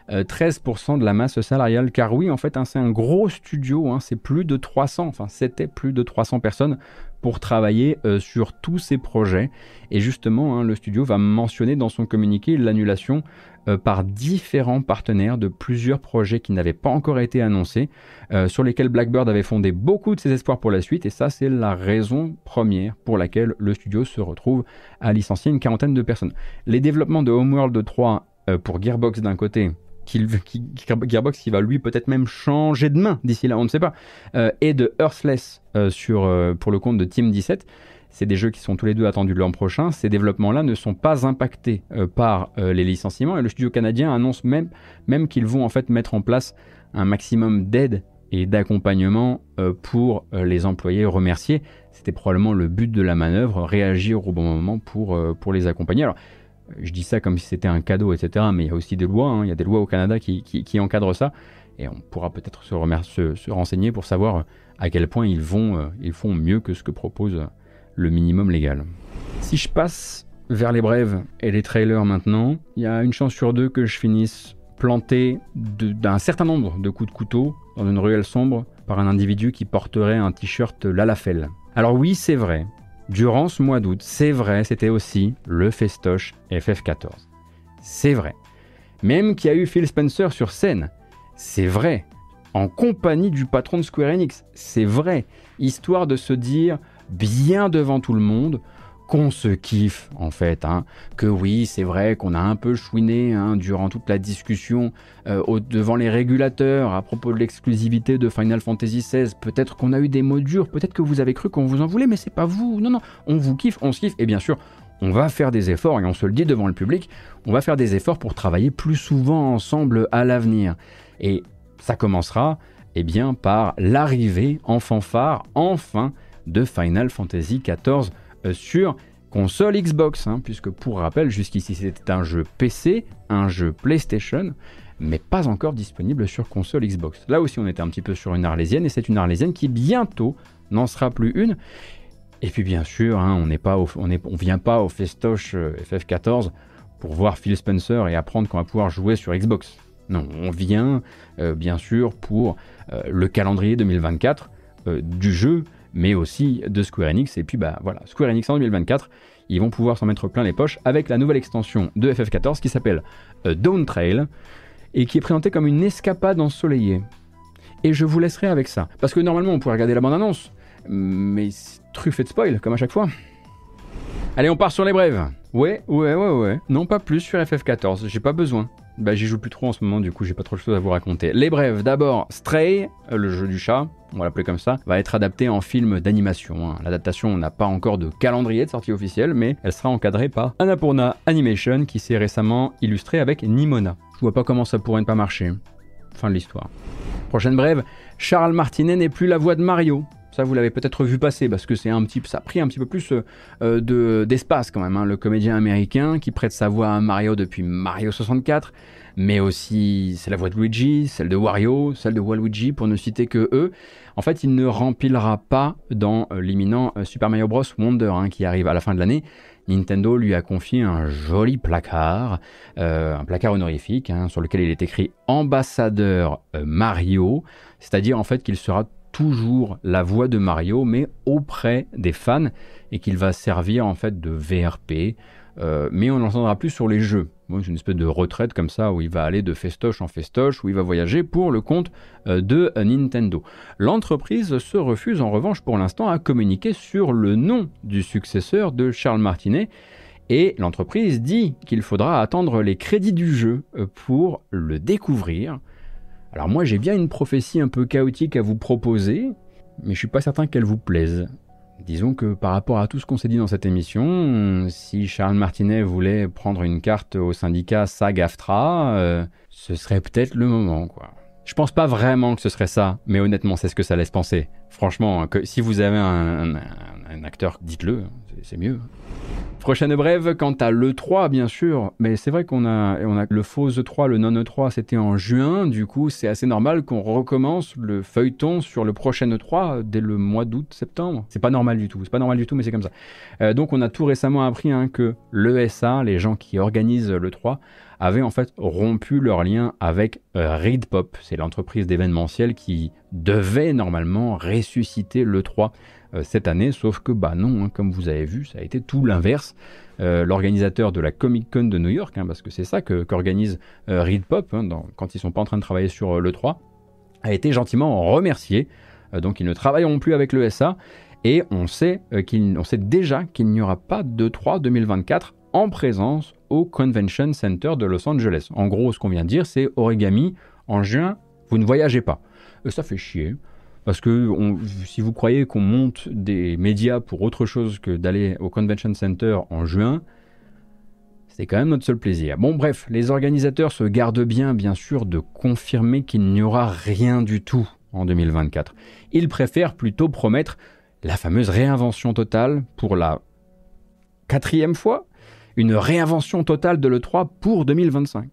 euh, treize pour cent de la masse salariale. Car oui, en fait, hein, c'est un gros studio, hein, c'est plus de trois cents, enfin c'était plus de trois cents personnes pour travailler euh, sur tous ces projets. Et justement, hein, le studio va mentionner dans son communiqué l'annulation euh, par différents partenaires de plusieurs projets qui n'avaient pas encore été annoncés, euh, sur lesquels Blackbird avait fondé beaucoup de ses espoirs pour la suite. Et ça, c'est la raison première pour laquelle le studio se retrouve à licencier une quarantaine de personnes. Les développements de Homeworld trois euh, pour Gearbox d'un côté, qui, qui, Gearbox qui va lui peut-être même changer de main d'ici là, on ne sait pas, euh, et de Earthless euh, sur, euh, pour le compte de Team dix-sept. C'est des jeux qui sont tous les deux attendus l'an prochain. Ces développements-là ne sont pas impactés euh, par euh, les licenciements, et le studio canadien annonce même, même qu'ils vont en fait mettre en place un maximum d'aide et d'accompagnement euh, pour euh, les employés remerciés. C'était probablement le but de la manœuvre, réagir au bon moment pour, euh, pour les accompagner. Alors, je dis ça comme si c'était un cadeau, et cetera. Mais il y a aussi des lois, hein. Il y a des lois au Canada qui, qui, qui encadrent ça. Et on pourra peut-être se, se, se renseigner pour savoir à quel point ils, vont, euh, ils font mieux que ce que propose le minimum légal. Si je passe vers les brèves et les trailers maintenant, il y a une chance sur deux que je finisse planté de, d'un certain nombre de coups de couteau dans une ruelle sombre par un individu qui porterait un t-shirt Lalafell. Alors oui, c'est vrai. Durant ce mois d'août, c'est vrai, c'était aussi le festoche F F quatorze. C'est vrai. Même qu'il y a eu Phil Spencer sur scène. C'est vrai. En compagnie du patron de Square Enix. C'est vrai. Histoire de se dire, bien devant tout le monde, qu'on se kiffe en fait, hein. Que oui, c'est vrai qu'on a un peu chouiné hein, durant toute la discussion euh, au, devant les régulateurs à propos de l'exclusivité de Final Fantasy seize. Peut-être qu'on a eu des mots durs, peut-être que vous avez cru qu'on vous en voulait, mais c'est pas vous. Non, non, on vous kiffe, on se kiffe. Et bien sûr, on va faire des efforts, et on se le dit devant le public, on va faire des efforts pour travailler plus souvent ensemble à l'avenir. Et ça commencera eh bien, par l'arrivée en fanfare, enfin, de Final Fantasy quatorze euh, sur console Xbox, hein, puisque pour rappel, jusqu'ici c'était un jeu P C, un jeu PlayStation, mais pas encore disponible sur console Xbox. Là aussi on était un petit peu sur une arlésienne, et c'est une arlésienne qui bientôt n'en sera plus une. Et puis bien sûr, hein, on n'est pas au, on est, on vient pas au festoche euh, F F quatorze pour voir Phil Spencer et apprendre qu'on va pouvoir jouer sur Xbox. Non, on vient euh, bien sûr pour euh, le calendrier deux mille vingt-quatre euh, du jeu, mais aussi de Square Enix. Et puis bah voilà, Square Enix en deux mille vingt-quatre, ils vont pouvoir s'en mettre plein les poches avec la nouvelle extension de F F quatorze qui s'appelle euh, Dawn Trail et qui est présentée comme une escapade ensoleillée. Et je vous laisserai avec ça, parce que normalement on pourrait regarder la bande-annonce, mais c'est truffé de spoil comme à chaque fois. Allez, on part sur les brèves. Ouais, ouais, ouais, ouais. Non, pas plus sur F F quatorze, j'ai pas besoin. Bah, j'y joue plus trop en ce moment, du coup j'ai pas trop de choses à vous raconter. Les brèves, d'abord, Stray, le jeu du chat, on va l'appeler comme ça, va être adapté en film d'animation. L'adaptation n'a pas encore de calendrier de sortie officielle, mais elle sera encadrée par Annapurna Animation qui s'est récemment illustré avec Nimona. Je vois pas comment ça pourrait ne pas marcher. Fin de l'histoire. Prochaine brève, Charles Martinet n'est plus la voix de Mario. Ça, vous l'avez peut-être vu passer parce que c'est un petit, ça a pris un petit peu plus euh, de, d'espace quand même. Hein. Le comédien américain qui prête sa voix à Mario depuis Mario soixante-quatre, mais aussi c'est la voix de Luigi, celle de Wario, celle de Waluigi pour ne citer que eux. En fait, il ne remplira pas dans euh, l'imminent euh, Super Mario Bros. Wonder hein, qui arrive à la fin de l'année. Nintendo lui a confié un joli placard, euh, un placard honorifique hein, sur lequel il est écrit ambassadeur euh, Mario, c'est-à-dire en fait qu'il sera toujours la voix de Mario, mais auprès des fans, et qu'il va servir en fait de V R P, euh, mais on n'entendra plus sur les jeux. Bon, c'est une espèce de retraite comme ça, où il va aller de festoche en festoche, où il va voyager pour le compte euh, de euh, Nintendo. L'entreprise se refuse en revanche pour l'instant à communiquer sur le nom du successeur de Charles Martinet, et l'entreprise dit qu'il faudra attendre les crédits du jeu euh, pour le découvrir. Alors moi j'ai bien une prophétie un peu chaotique à vous proposer, mais je suis pas certain qu'elle vous plaise. Disons que par rapport à tout ce qu'on s'est dit dans cette émission, si Charles Martinet voulait prendre une carte au syndicat SAG-AFTRA, euh, ce serait peut-être le moment, quoi. Je pense pas vraiment que ce serait ça, mais honnêtement c'est ce que ça laisse penser. Franchement, que si vous avez un, un, un acteur, dites-le, c'est, c'est mieux. Prochaine brève, quant à l'E trois bien sûr, mais c'est vrai qu'on a, on a le faux E trois, le non-E trois, c'était en juin, du coup c'est assez normal qu'on recommence le feuilleton sur le prochain E trois dès le mois d'août, septembre. C'est pas normal du tout, c'est pas normal du tout, mais c'est comme ça. Euh, donc on a tout récemement appris hein, que l'E S A, les gens qui organisent l'E trois, avaient en fait rompu leur lien avec euh, ReedPop. C'est l'entreprise d'événementiel qui devait normalement ressusciter l'E trois euh, cette année, sauf que bah non, hein, comme vous avez vu, ça a été tout l'inverse. Euh, l'organisateur de la Comic Con de New York, hein, parce que c'est ça que, qu'organise euh, ReedPop hein, dans, quand ils sont pas en train de travailler sur euh, l'E trois, a été gentiment remercié. Euh, donc ils ne travailleront plus avec l'E S A et on sait, euh, qu'il, on sait déjà qu'il n'y aura pas d'E trois deux mille vingt-quatre en présence au Convention Center de Los Angeles. En gros, ce qu'on vient de dire, c'est Origami, en juin, vous ne voyagez pas. Euh, ça fait chier. Parce que on, si vous croyez qu'on monte des médias pour autre chose que d'aller au Convention Center en juin, c'est quand même notre seul plaisir. Bon bref, les organisateurs se gardent bien, bien sûr, de confirmer qu'il n'y aura rien du tout en deux mille vingt-quatre. Ils préfèrent plutôt promettre la fameuse réinvention totale pour la quatrième fois, une réinvention totale de l'E trois pour deux mille vingt-cinq.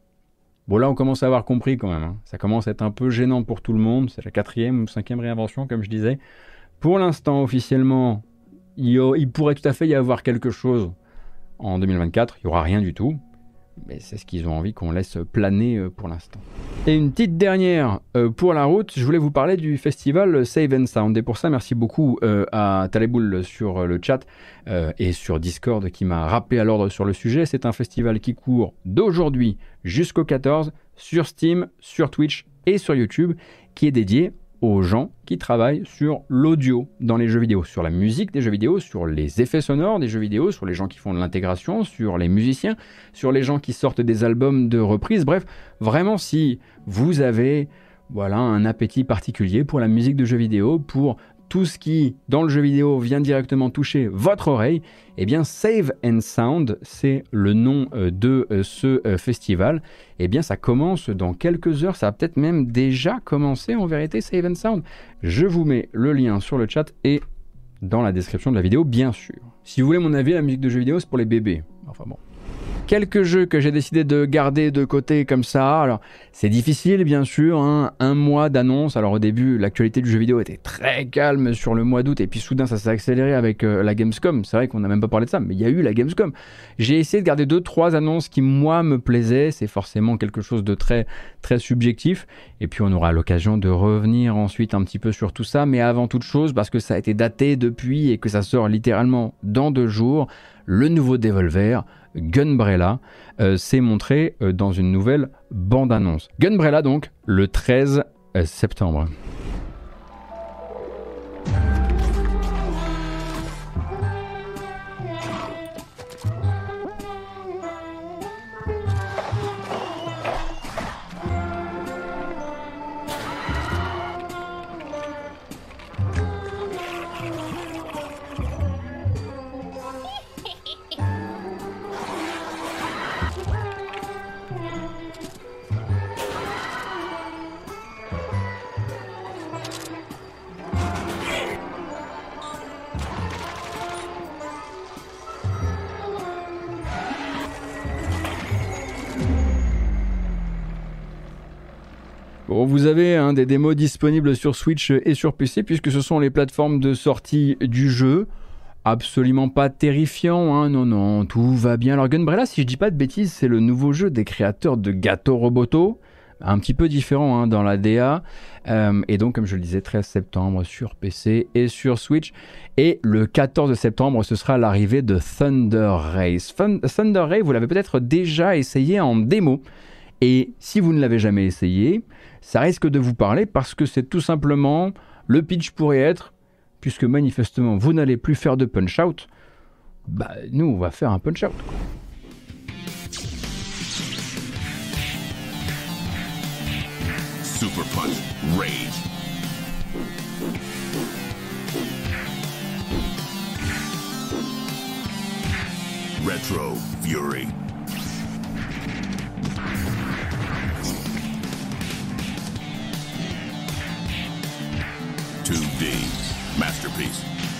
Bon là on commence à avoir compris quand même, hein. Ça commence à être un peu gênant pour tout le monde, c'est la quatrième ou cinquième réinvention comme je disais. Pour l'instant officiellement, il, y a, il pourrait tout à fait y avoir quelque chose en deux mille vingt-quatre, il n'y aura rien du tout, mais c'est ce qu'ils ont envie qu'on laisse planer pour l'instant. Et une petite dernière euh, pour la route, je voulais vous parler du festival Save and Sound. Et pour ça, merci beaucoup euh, à Taleboul sur le chat euh, et sur Discord qui m'a rappelé à l'ordre sur le sujet. C'est un festival qui court d'aujourd'hui jusqu'au quatorze sur Steam, sur Twitch et sur YouTube, qui est dédié aux gens qui travaillent sur l'audio dans les jeux vidéo, sur la musique des jeux vidéo, sur les effets sonores des jeux vidéo, sur les gens qui font de l'intégration, sur les musiciens, sur les gens qui sortent des albums de reprise. Bref, vraiment si vous avez voilà, un appétit particulier pour la musique de jeux vidéo, pour tout ce qui, dans le jeu vidéo, vient directement toucher votre oreille, eh bien Save and Sound, c'est le nom euh, de euh, ce euh, festival. Eh bien ça commence dans quelques heures, ça a peut-être même déjà commencé en vérité, Save and Sound. Je vous mets le lien sur le chat et dans la description de la vidéo, bien sûr. Si vous voulez mon avis, la musique de jeux vidéo, c'est pour les bébés. Enfin bon. Quelques jeux que j'ai décidé de garder de côté comme ça. Alors, c'est difficile, bien sûr, hein, un mois d'annonce. Alors, au début, l'actualité du jeu vidéo était très calme sur le mois d'août, et puis soudain, ça s'est accéléré avec euh, la Gamescom. C'est vrai qu'on n'a même pas parlé de ça, mais il y a eu la Gamescom. J'ai essayé de garder deux, trois annonces qui, moi, me plaisaient. C'est forcément quelque chose de très, très subjectif. Et puis, on aura l'occasion de revenir ensuite un petit peu sur tout ça. Mais avant toute chose, parce que ça a été daté depuis et que ça sort littéralement dans deux jours, le nouveau Devolver, Gunbrella, euh, s'est montré euh, dans une nouvelle bande-annonce. Gunbrella donc, le treize septembre. Bon, vous avez hein, des démos disponibles sur Switch et sur P C puisque ce sont les plateformes de sortie du jeu. Absolument pas terrifiant, hein, non, non, tout va bien. Alors Gunbrella, si je dis pas de bêtises, c'est le nouveau jeu des créateurs de Gato Roboto, un petit peu différent hein, dans la D A, euh, et donc comme je le disais, treize septembre sur P C et sur Switch, et le quatorze septembre, ce sera l'arrivée de Thunder Ray. Thunder Ray, vous l'avez peut-être déjà essayé en démo, et si vous ne l'avez jamais essayé, ça risque de vous parler parce que c'est tout simplement, le pitch pourrait être, puisque manifestement vous n'allez plus faire de punch-out, bah nous on va faire un punch-out. Super Punch Rage. Retro Fury. two D Masterpiece.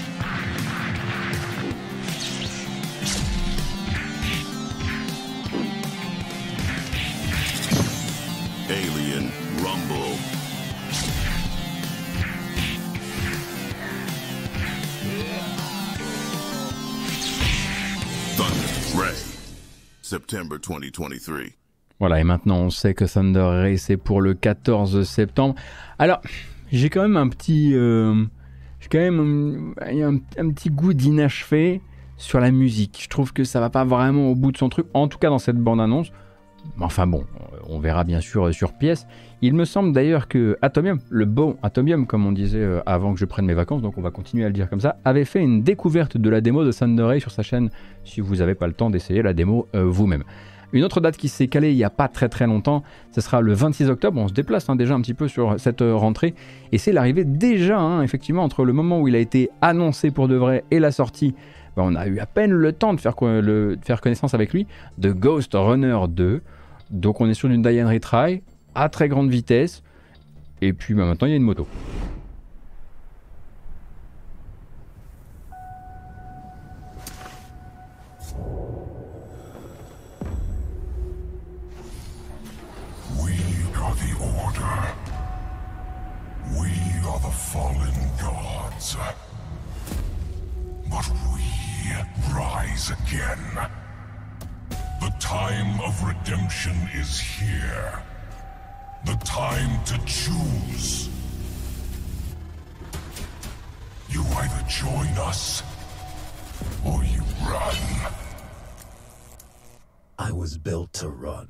Alien Rumble. Thunder Ray. September twenty twenty-three. Voilà, et maintenant on sait que Thunder Race est pour le quatorze septembre. Alors, j'ai quand même un petit... Euh, j'ai quand même un, un, un petit goût d'inachevé sur la musique. Je trouve que ça va pas vraiment au bout de son truc, en tout cas dans cette bande-annonce. Enfin bon, on verra bien sûr sur pièce. Il me semble d'ailleurs que Atomium, le bon Atomium comme on disait euh, avant que je prenne mes vacances, donc on va continuer à le dire comme ça, avait fait une découverte de la démo de Thunder Race sur sa chaîne, si vous n'avez pas le temps d'essayer la démo euh, vous-même. Une autre date qui s'est calée il n'y a pas très très longtemps, ce sera le vingt-six octobre, on se déplace hein, déjà un petit peu sur cette euh, rentrée, et c'est l'arrivée déjà, hein, effectivement, entre le moment où il a été annoncé pour de vrai et la sortie, ben, on a eu à peine le temps de faire, le, de faire connaissance avec lui, de Ghost Runner deux, donc on est sur une die and retry, à très grande vitesse, et puis ben, maintenant il y a une moto. Fallen gods, but we rise again. The time of redemption is here. The time to choose. You either join us, or you run. I was built to run.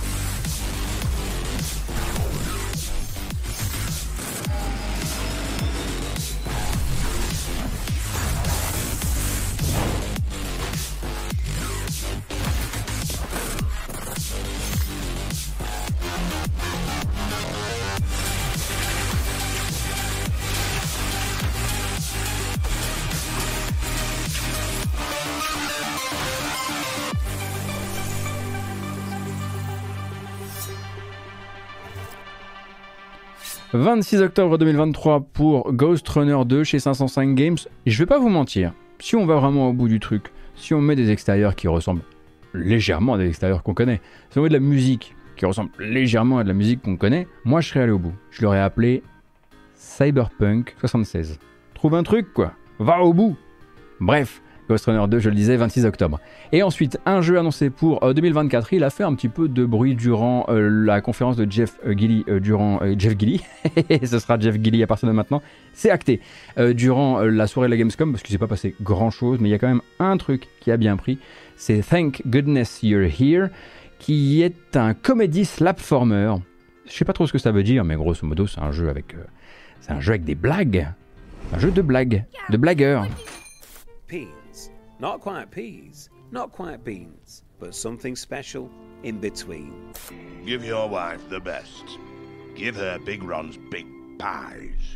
vingt-six octobre deux mille vingt-trois pour Ghost Runner deux chez cinq cent cinq Games. Et je vais pas vous mentir, si on va vraiment au bout du truc, si on met des extérieurs qui ressemblent légèrement à des extérieurs qu'on connaît, si on met de la musique qui ressemble légèrement à de la musique qu'on connaît, moi je serais allé au bout. Je l'aurais appelé Cyberpunk soixante-seize. Trouve un truc quoi, va au bout. Bref, Ghost Runner deux, je le disais, vingt-six octobre. Et ensuite, un jeu annoncé pour euh, deux mille vingt-quatre, il a fait un petit peu de bruit durant euh, la conférence de Jeff euh, Gilly, euh, durant euh, Jeff Gilly, ce sera Jeff Gilly à partir de maintenant, c'est acté, euh, durant euh, la soirée de la Gamescom, parce qu'il ne s'est pas passé grand chose, mais il y a quand même un truc qui a bien pris, c'est Thank Goodness You're Here, qui est un comedy slapformer. Je sais pas trop ce que ça veut dire, mais grosso modo, c'est un jeu avec, euh, c'est un jeu avec des blagues, un jeu de blagues, de blagueurs. Peas. Not quite peas, not quite beans, but something special in between. Give your wife the best. Give her Big Ron's big pies.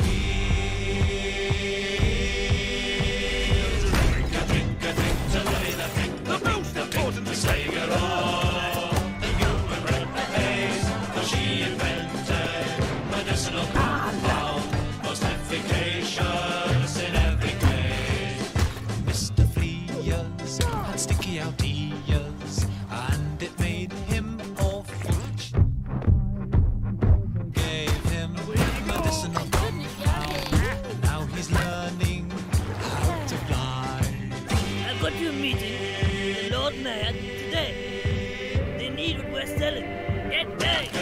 The most important thing at all. The human race, for she invented medicinal compound, most efficacious in every case. Mister Fleas had sticky out ears, and it made him awful rich. Gave him medicinal compound, and now he's learning how to fly. I've got you a meeting with the Lord Mayor today. They need what we're selling. Get paid.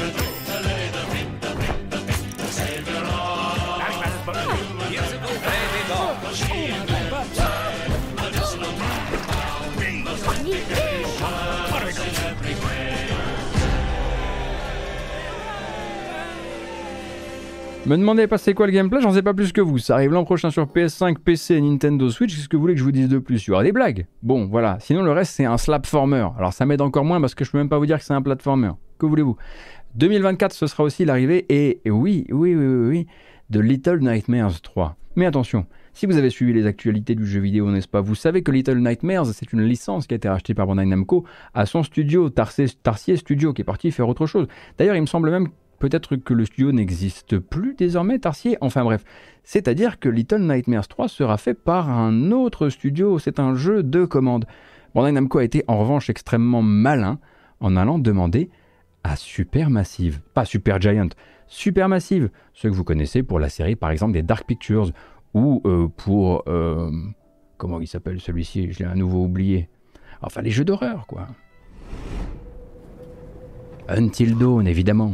Me demandez pas c'est quoi le gameplay, j'en sais pas plus que vous. Ça arrive l'an prochain sur P S cinq, P C et Nintendo Switch. Qu'est-ce que vous voulez que je vous dise de plus? Il y aura des blagues. Bon, voilà. Sinon, le reste, c'est un slapformer. Alors, ça m'aide encore moins parce que je peux même pas vous dire que c'est un platformer. Que voulez-vous? deux mille vingt-quatre, ce sera aussi l'arrivée. Et, et oui, oui, oui, oui, oui, de Little Nightmares trois. Mais attention, si vous avez suivi les actualités du jeu vidéo, n'est-ce pas, vous savez que Little Nightmares, c'est une licence qui a été rachetée par Bandai Namco à son studio, Tarsier, Tarsier Studio, qui est parti faire autre chose. D'ailleurs, il me semble même peut-être que le studio n'existe plus désormais, Tarsier. Enfin bref, c'est-à-dire que Little Nightmares trois sera fait par un autre studio. C'est un jeu de commande. Bandai Namco a été en revanche extrêmement malin en allant demander à Supermassive, pas Supergiant, Supermassive, ceux que vous connaissez pour la série par exemple des Dark Pictures ou euh, pour... Euh, comment il s'appelle celui-ci? Je l'ai à nouveau oublié. Enfin, les jeux d'horreur, quoi. Until Dawn, évidemment.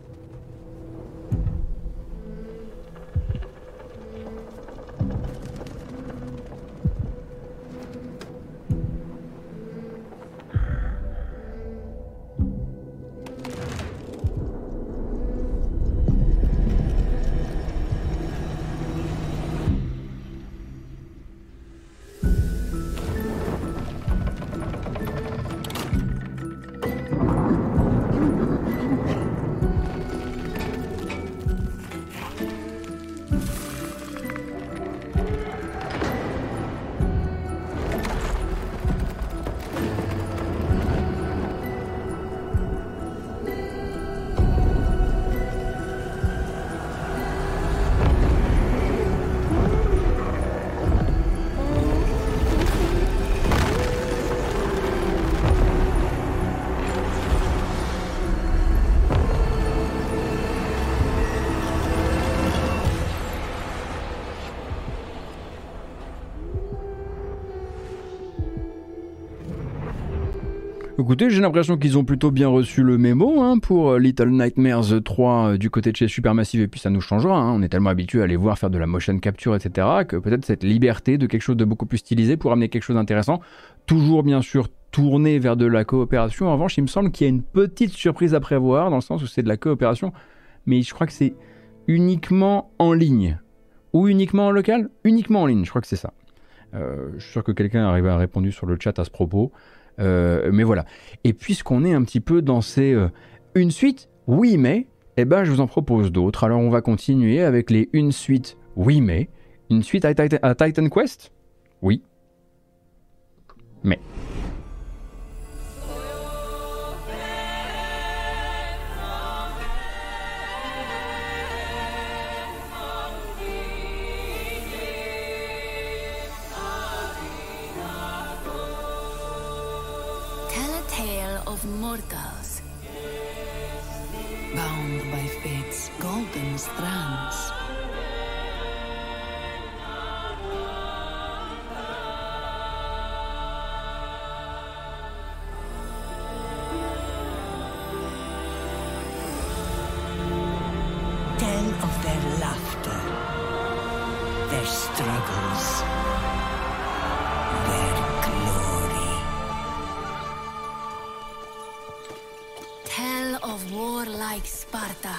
Écoutez, j'ai l'impression qu'ils ont plutôt bien reçu le mémo hein, pour Little Nightmares trois euh, du côté de chez Supermassive, et puis ça nous changera. Hein. On est tellement habitué à les voir faire de la motion capture, et cetera, que peut-être cette liberté de quelque chose de beaucoup plus stylisé pour amener quelque chose d'intéressant. Toujours bien sûr tourné vers de la coopération. En revanche, il me semble qu'il y a une petite surprise à prévoir, dans le sens où c'est de la coopération, mais je crois que c'est uniquement en ligne. Ou uniquement en local ? Uniquement en ligne, je crois que c'est ça. Euh, je suis sûr que quelqu'un a répondu sur le chat à ce propos. Euh, mais voilà. Et puisqu'on est un petit peu dans ces euh, une suite, oui mais, eh ben je vous en propose d'autres. Alors on va continuer avec les une suite, oui mais, une suite à, Titan, à Titan Quest, oui, mais. Mortals, bound by fate's golden strands. Tell of their laughter, their struggles, their glory. Tell of warlike Sparta.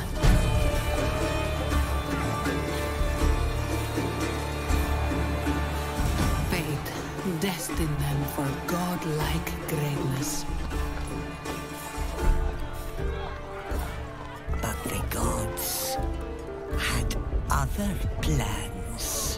Fate destined them for godlike greatness. But the gods had other plans.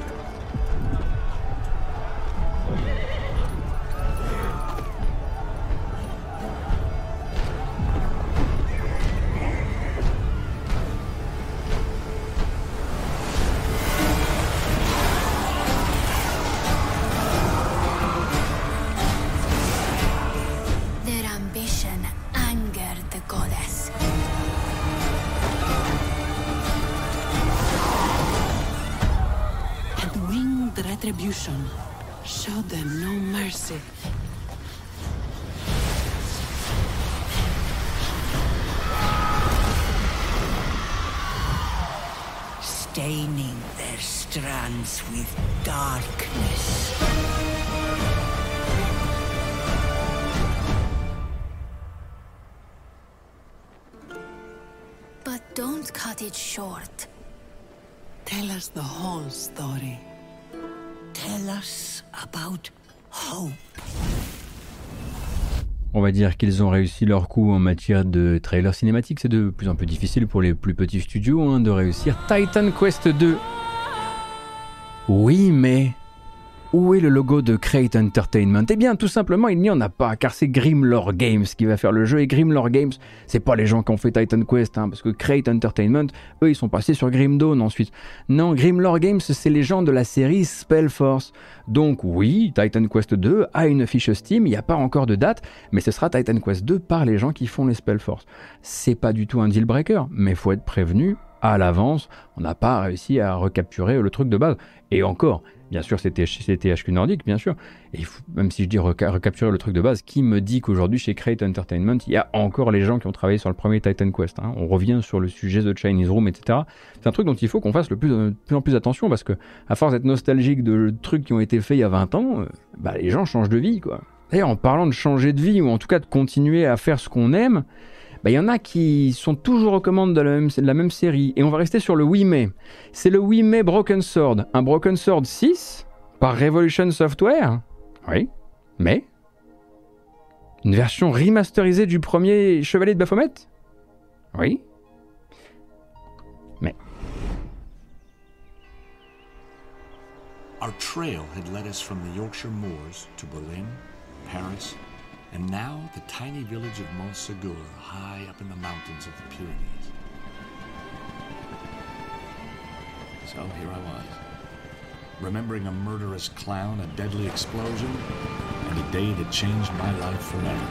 Retribution. Show them no mercy. Staining their strands with darkness. But don't cut it short. Tell us the whole story. Tell us about hope. On va dire qu'ils ont réussi leur coup en matière de trailer cinématique. C'est de plus en plus difficile pour les plus petits studios hein, de réussir. Titan Quest deux. Oui, mais où est le logo de Crate Entertainment ? Eh bien, tout simplement, il n'y en a pas, car c'est Grimlore Games qui va faire le jeu. Et Grimlore Games, c'est pas les gens qui ont fait Titan Quest, hein, parce que Crate Entertainment, eux, ils sont passés sur Grim Dawn ensuite. Non, Grimlore Games, c'est les gens de la série Spellforce. Donc oui, Titan Quest deux a une fiche Steam, il n'y a pas encore de date, mais ce sera Titan Quest deux par les gens qui font les Spellforce. C'est pas du tout un deal breaker, mais il faut être prévenu à l'avance. On n'a pas réussi à recapturer le truc de base. Et encore, Bien sûr, c'était chez T H Q Nordic, bien sûr. Et il faut, même si je dis reca- recapturer le truc de base, qui me dit qu'aujourd'hui, chez Crate Entertainment, il y a encore les gens qui ont travaillé sur le premier Titan Quest, hein. On revient sur le sujet de Chinese Room, et cetera. C'est un truc dont il faut qu'on fasse le plus, de plus en plus attention, parce que, à force d'être nostalgique de trucs qui ont été faits il y a vingt ans, euh, bah, les gens changent de vie, quoi. D'ailleurs, en parlant de changer de vie, ou en tout cas de continuer à faire ce qu'on aime, il bah, y en a qui sont toujours aux commandes de la, même, de la même série. Et on va rester sur le huit mai. C'est le huit mai Broken Sword. Un Broken Sword six par Revolution Software. Oui, mais une version remasterisée du premier Chevalier de Baphomet. Oui, mais... Our trail had led us from the Yorkshire moors to Berlin, Paris, and now the tiny village of Montségur, high up in the mountains of the Pyrenees. So here I was, remembering a murderous clown, a deadly explosion, and a day that changed my life forever.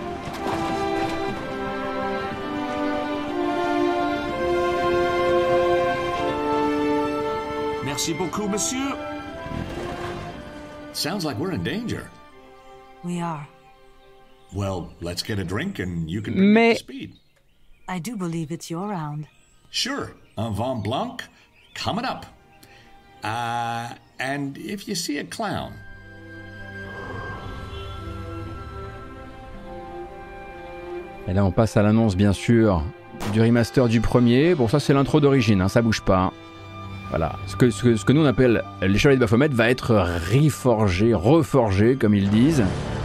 Merci beaucoup, monsieur. Sounds like we're in danger. We are. Well, let's get a drink and you can bring me up to speed. I do believe it's your round. Sure. Un vin blanc, coming up. Uh, and if you see a clown. Et là, on passe à l'annonce, bien sûr, du remaster du premier. Bon, ça, c'est l'intro d'origine, hein, ça bouge pas. Hein. Voilà. Ce que, ce, que, ce que nous, on appelle les Chevaliers de Baphomet va être reforgé, reforgé, comme ils disent.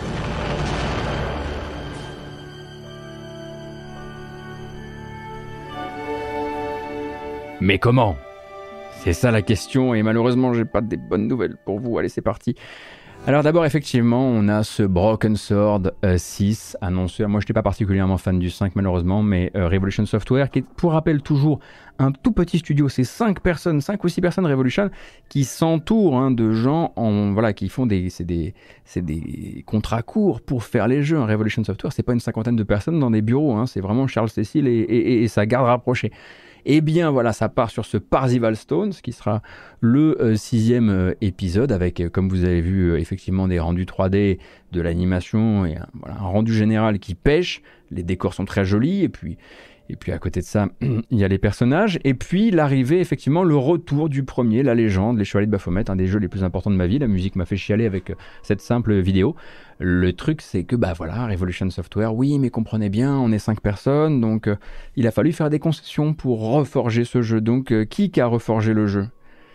Mais comment ? C'est ça la question, et malheureusement, j'ai pas des bonnes nouvelles pour vous. Allez, c'est parti. Alors d'abord, effectivement, on a ce Broken Sword euh, six annoncé. Moi, je n'étais pas particulièrement fan du cinq, malheureusement, mais euh, Revolution Software, qui est, pour rappel, toujours un tout petit studio. C'est cinq personnes, cinq ou six personnes Revolution, qui s'entourent hein, de gens en, voilà, qui font des, c'est des, c'est des contrats courts pour faire les jeux. Hein. Revolution Software, c'est pas une cinquantaine de personnes dans des bureaux. Hein. C'est vraiment Charles Cecil et, et, et sa garde rapprochée. Eh bien voilà, ça part sur ce Parzival Stones qui sera le euh, sixième euh, épisode avec, euh, comme vous avez vu, euh, effectivement des rendus trois D, de l'animation et un, voilà, un rendu général qui pêche. Les décors sont très jolis et puis, et puis à côté de ça, il y a les personnages. Et puis l'arrivée, effectivement, le retour du premier, la légende, les Chevaliers de Baphomet, un des jeux les plus importants de ma vie. La musique m'a fait chialer avec euh, cette simple vidéo. Le truc, c'est que, bah voilà, Revolution Software, oui, mais comprenez bien, on est cinq personnes, donc euh, il a fallu faire des concessions pour reforger ce jeu. Donc, euh, qui a reforgé le jeu ?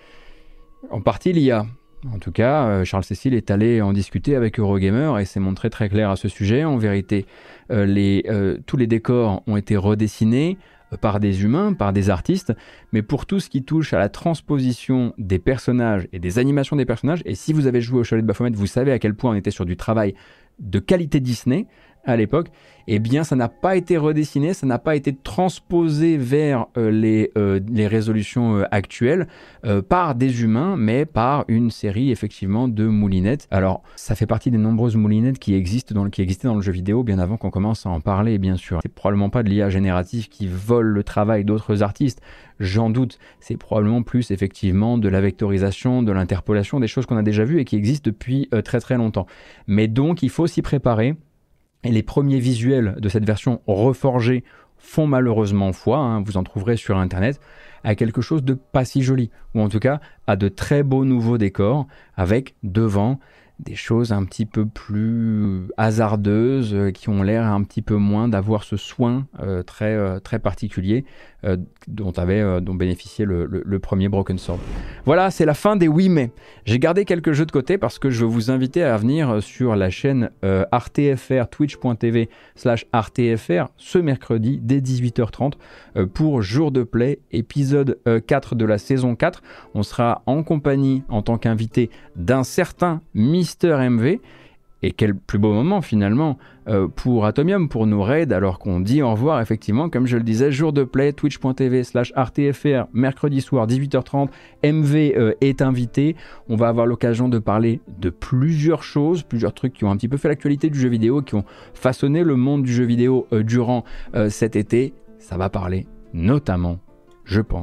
En partie, l'I A. En tout cas, euh, Charles Cecil est allé en discuter avec Eurogamer et s'est montré très clair à ce sujet. En vérité, euh, les, euh, tous les décors ont été redessinés par des humains, par des artistes, mais pour tout ce qui touche à la transposition des personnages et des animations des personnages, et si vous avez joué au Chevalier de Baphomet, vous savez à quel point on était sur du travail de qualité Disney à l'époque, eh bien ça n'a pas été redessiné, ça n'a pas été transposé vers euh, les, euh, les résolutions euh, actuelles euh, par des humains, mais par une série effectivement de moulinettes. Alors ça fait partie des nombreuses moulinettes qui existent dans le, qui existaient dans le jeu vidéo bien avant qu'on commence à en parler, bien sûr. C'est probablement pas de l'I A générative qui vole le travail d'autres artistes, j'en doute. C'est probablement plus effectivement de la vectorisation, de l'interpolation, des choses qu'on a déjà vues et qui existent depuis euh, très très longtemps. Mais donc il faut s'y préparer. Et les premiers visuels de cette version reforgée font malheureusement foi, hein, vous en trouverez sur internet, à quelque chose de pas si joli, ou en tout cas à de très beaux nouveaux décors, avec devant des choses un petit peu plus hasardeuses, euh, qui ont l'air un petit peu moins d'avoir ce soin euh, très, euh, très particulier euh, dont, avait, euh, dont bénéficiait le, le, le premier Broken Sword. Voilà, c'est la fin des huit mai. J'ai gardé quelques jeux de côté parce que je veux vous inviter à venir sur la chaîne euh, R T F R, twitch.tv slash RTFR, ce mercredi dès dix-huit heures trente euh, pour Jour de Play, épisode euh, quatre de la saison quatre. On sera en compagnie, en tant qu'invité, d'un certain Mister M V. Et quel plus beau moment finalement euh, pour Atomium, pour nos raids, alors qu'on dit au revoir effectivement, comme je le disais, Jour de Play, twitch.tv slash RTFR, mercredi soir, dix-huit heures trente, M V euh, est invité. On va avoir l'occasion de parler de plusieurs choses, plusieurs trucs qui ont un petit peu fait l'actualité du jeu vidéo, qui ont façonné le monde du jeu vidéo euh, durant euh, cet été. Ça va parler notamment, je pense,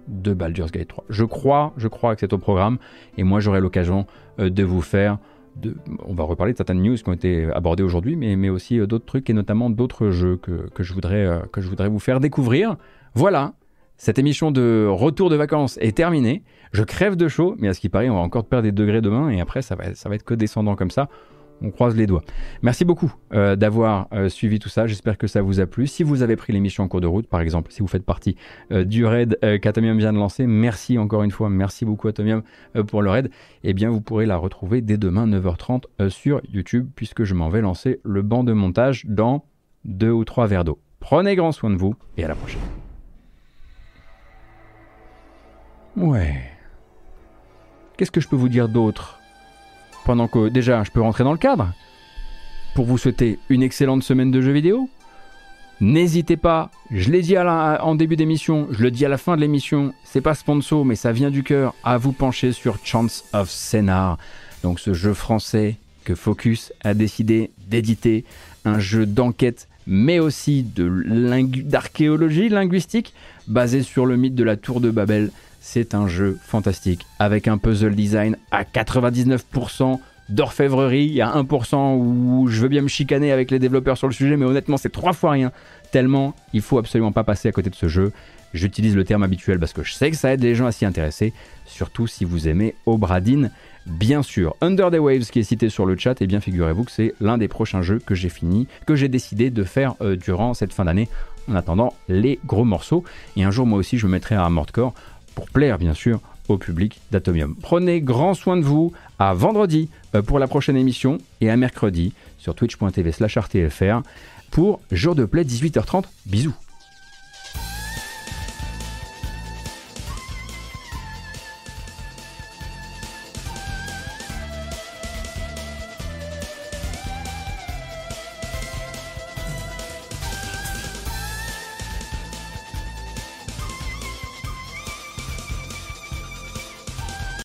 de Baldur's Gate trois. Je crois, je crois que c'est au programme, et moi j'aurai l'occasion euh, de vous faire, de, on va reparler de certaines news qui ont été abordées aujourd'hui, mais, mais aussi euh, d'autres trucs, et notamment d'autres jeux que, que, je voudrais, euh, que je voudrais vous faire découvrir. Voilà, cette émission de retour de vacances est terminée. Je crève de chaud, mais à ce qui paraît, on va encore perdre des degrés demain, et après ça va, ça va être que descendant comme ça. On croise les doigts. Merci beaucoup euh, d'avoir euh, suivi tout ça. J'espère que ça vous a plu. Si vous avez pris l'émission en cours de route, par exemple, si vous faites partie euh, du raid euh, qu'Atomium vient de lancer, merci encore une fois. Merci beaucoup Atomium euh, pour le raid. Eh bien, vous pourrez la retrouver dès demain neuf heures trente euh, sur YouTube, puisque je m'en vais lancer le banc de montage dans deux ou trois verres d'eau. Prenez grand soin de vous et à la prochaine. Ouais. Qu'est-ce que je peux vous dire d'autre ? Pendant que, déjà, je peux rentrer dans le cadre pour vous souhaiter une excellente semaine de jeux vidéo. N'hésitez pas, je l'ai dit à la, en début d'émission, je le dis à la fin de l'émission, c'est pas sponsor, mais ça vient du cœur, à vous pencher sur Chants of Sennaar. Donc ce jeu français que Focus a décidé d'éditer, un jeu d'enquête, mais aussi de lingu- d'archéologie linguistique, basé sur le mythe de la Tour de Babel. C'est un jeu fantastique, avec un puzzle design à quatre-vingt-dix-neuf pour cent d'orfèvrerie. Il y a un pour cent où je veux bien me chicaner avec les développeurs sur le sujet, mais honnêtement, c'est trois fois rien. Tellement, il faut absolument pas passer à côté de ce jeu. J'utilise le terme habituel parce que je sais que ça aide les gens à s'y intéresser, surtout si vous aimez Obra Dinn, bien sûr. Under the Waves, qui est cité sur le chat, et bien figurez-vous que c'est l'un des prochains jeux que j'ai fini, que j'ai décidé de faire euh, durant cette fin d'année, en attendant les gros morceaux. Et un jour, moi aussi, je me mettrai à Armored Core, pour plaire bien sûr au public d'Atomium. Prenez grand soin de vous, à vendredi pour la prochaine émission et à mercredi sur twitch point tv slash r t f r pour Jour de Play dix-huit heures trente. Bisous.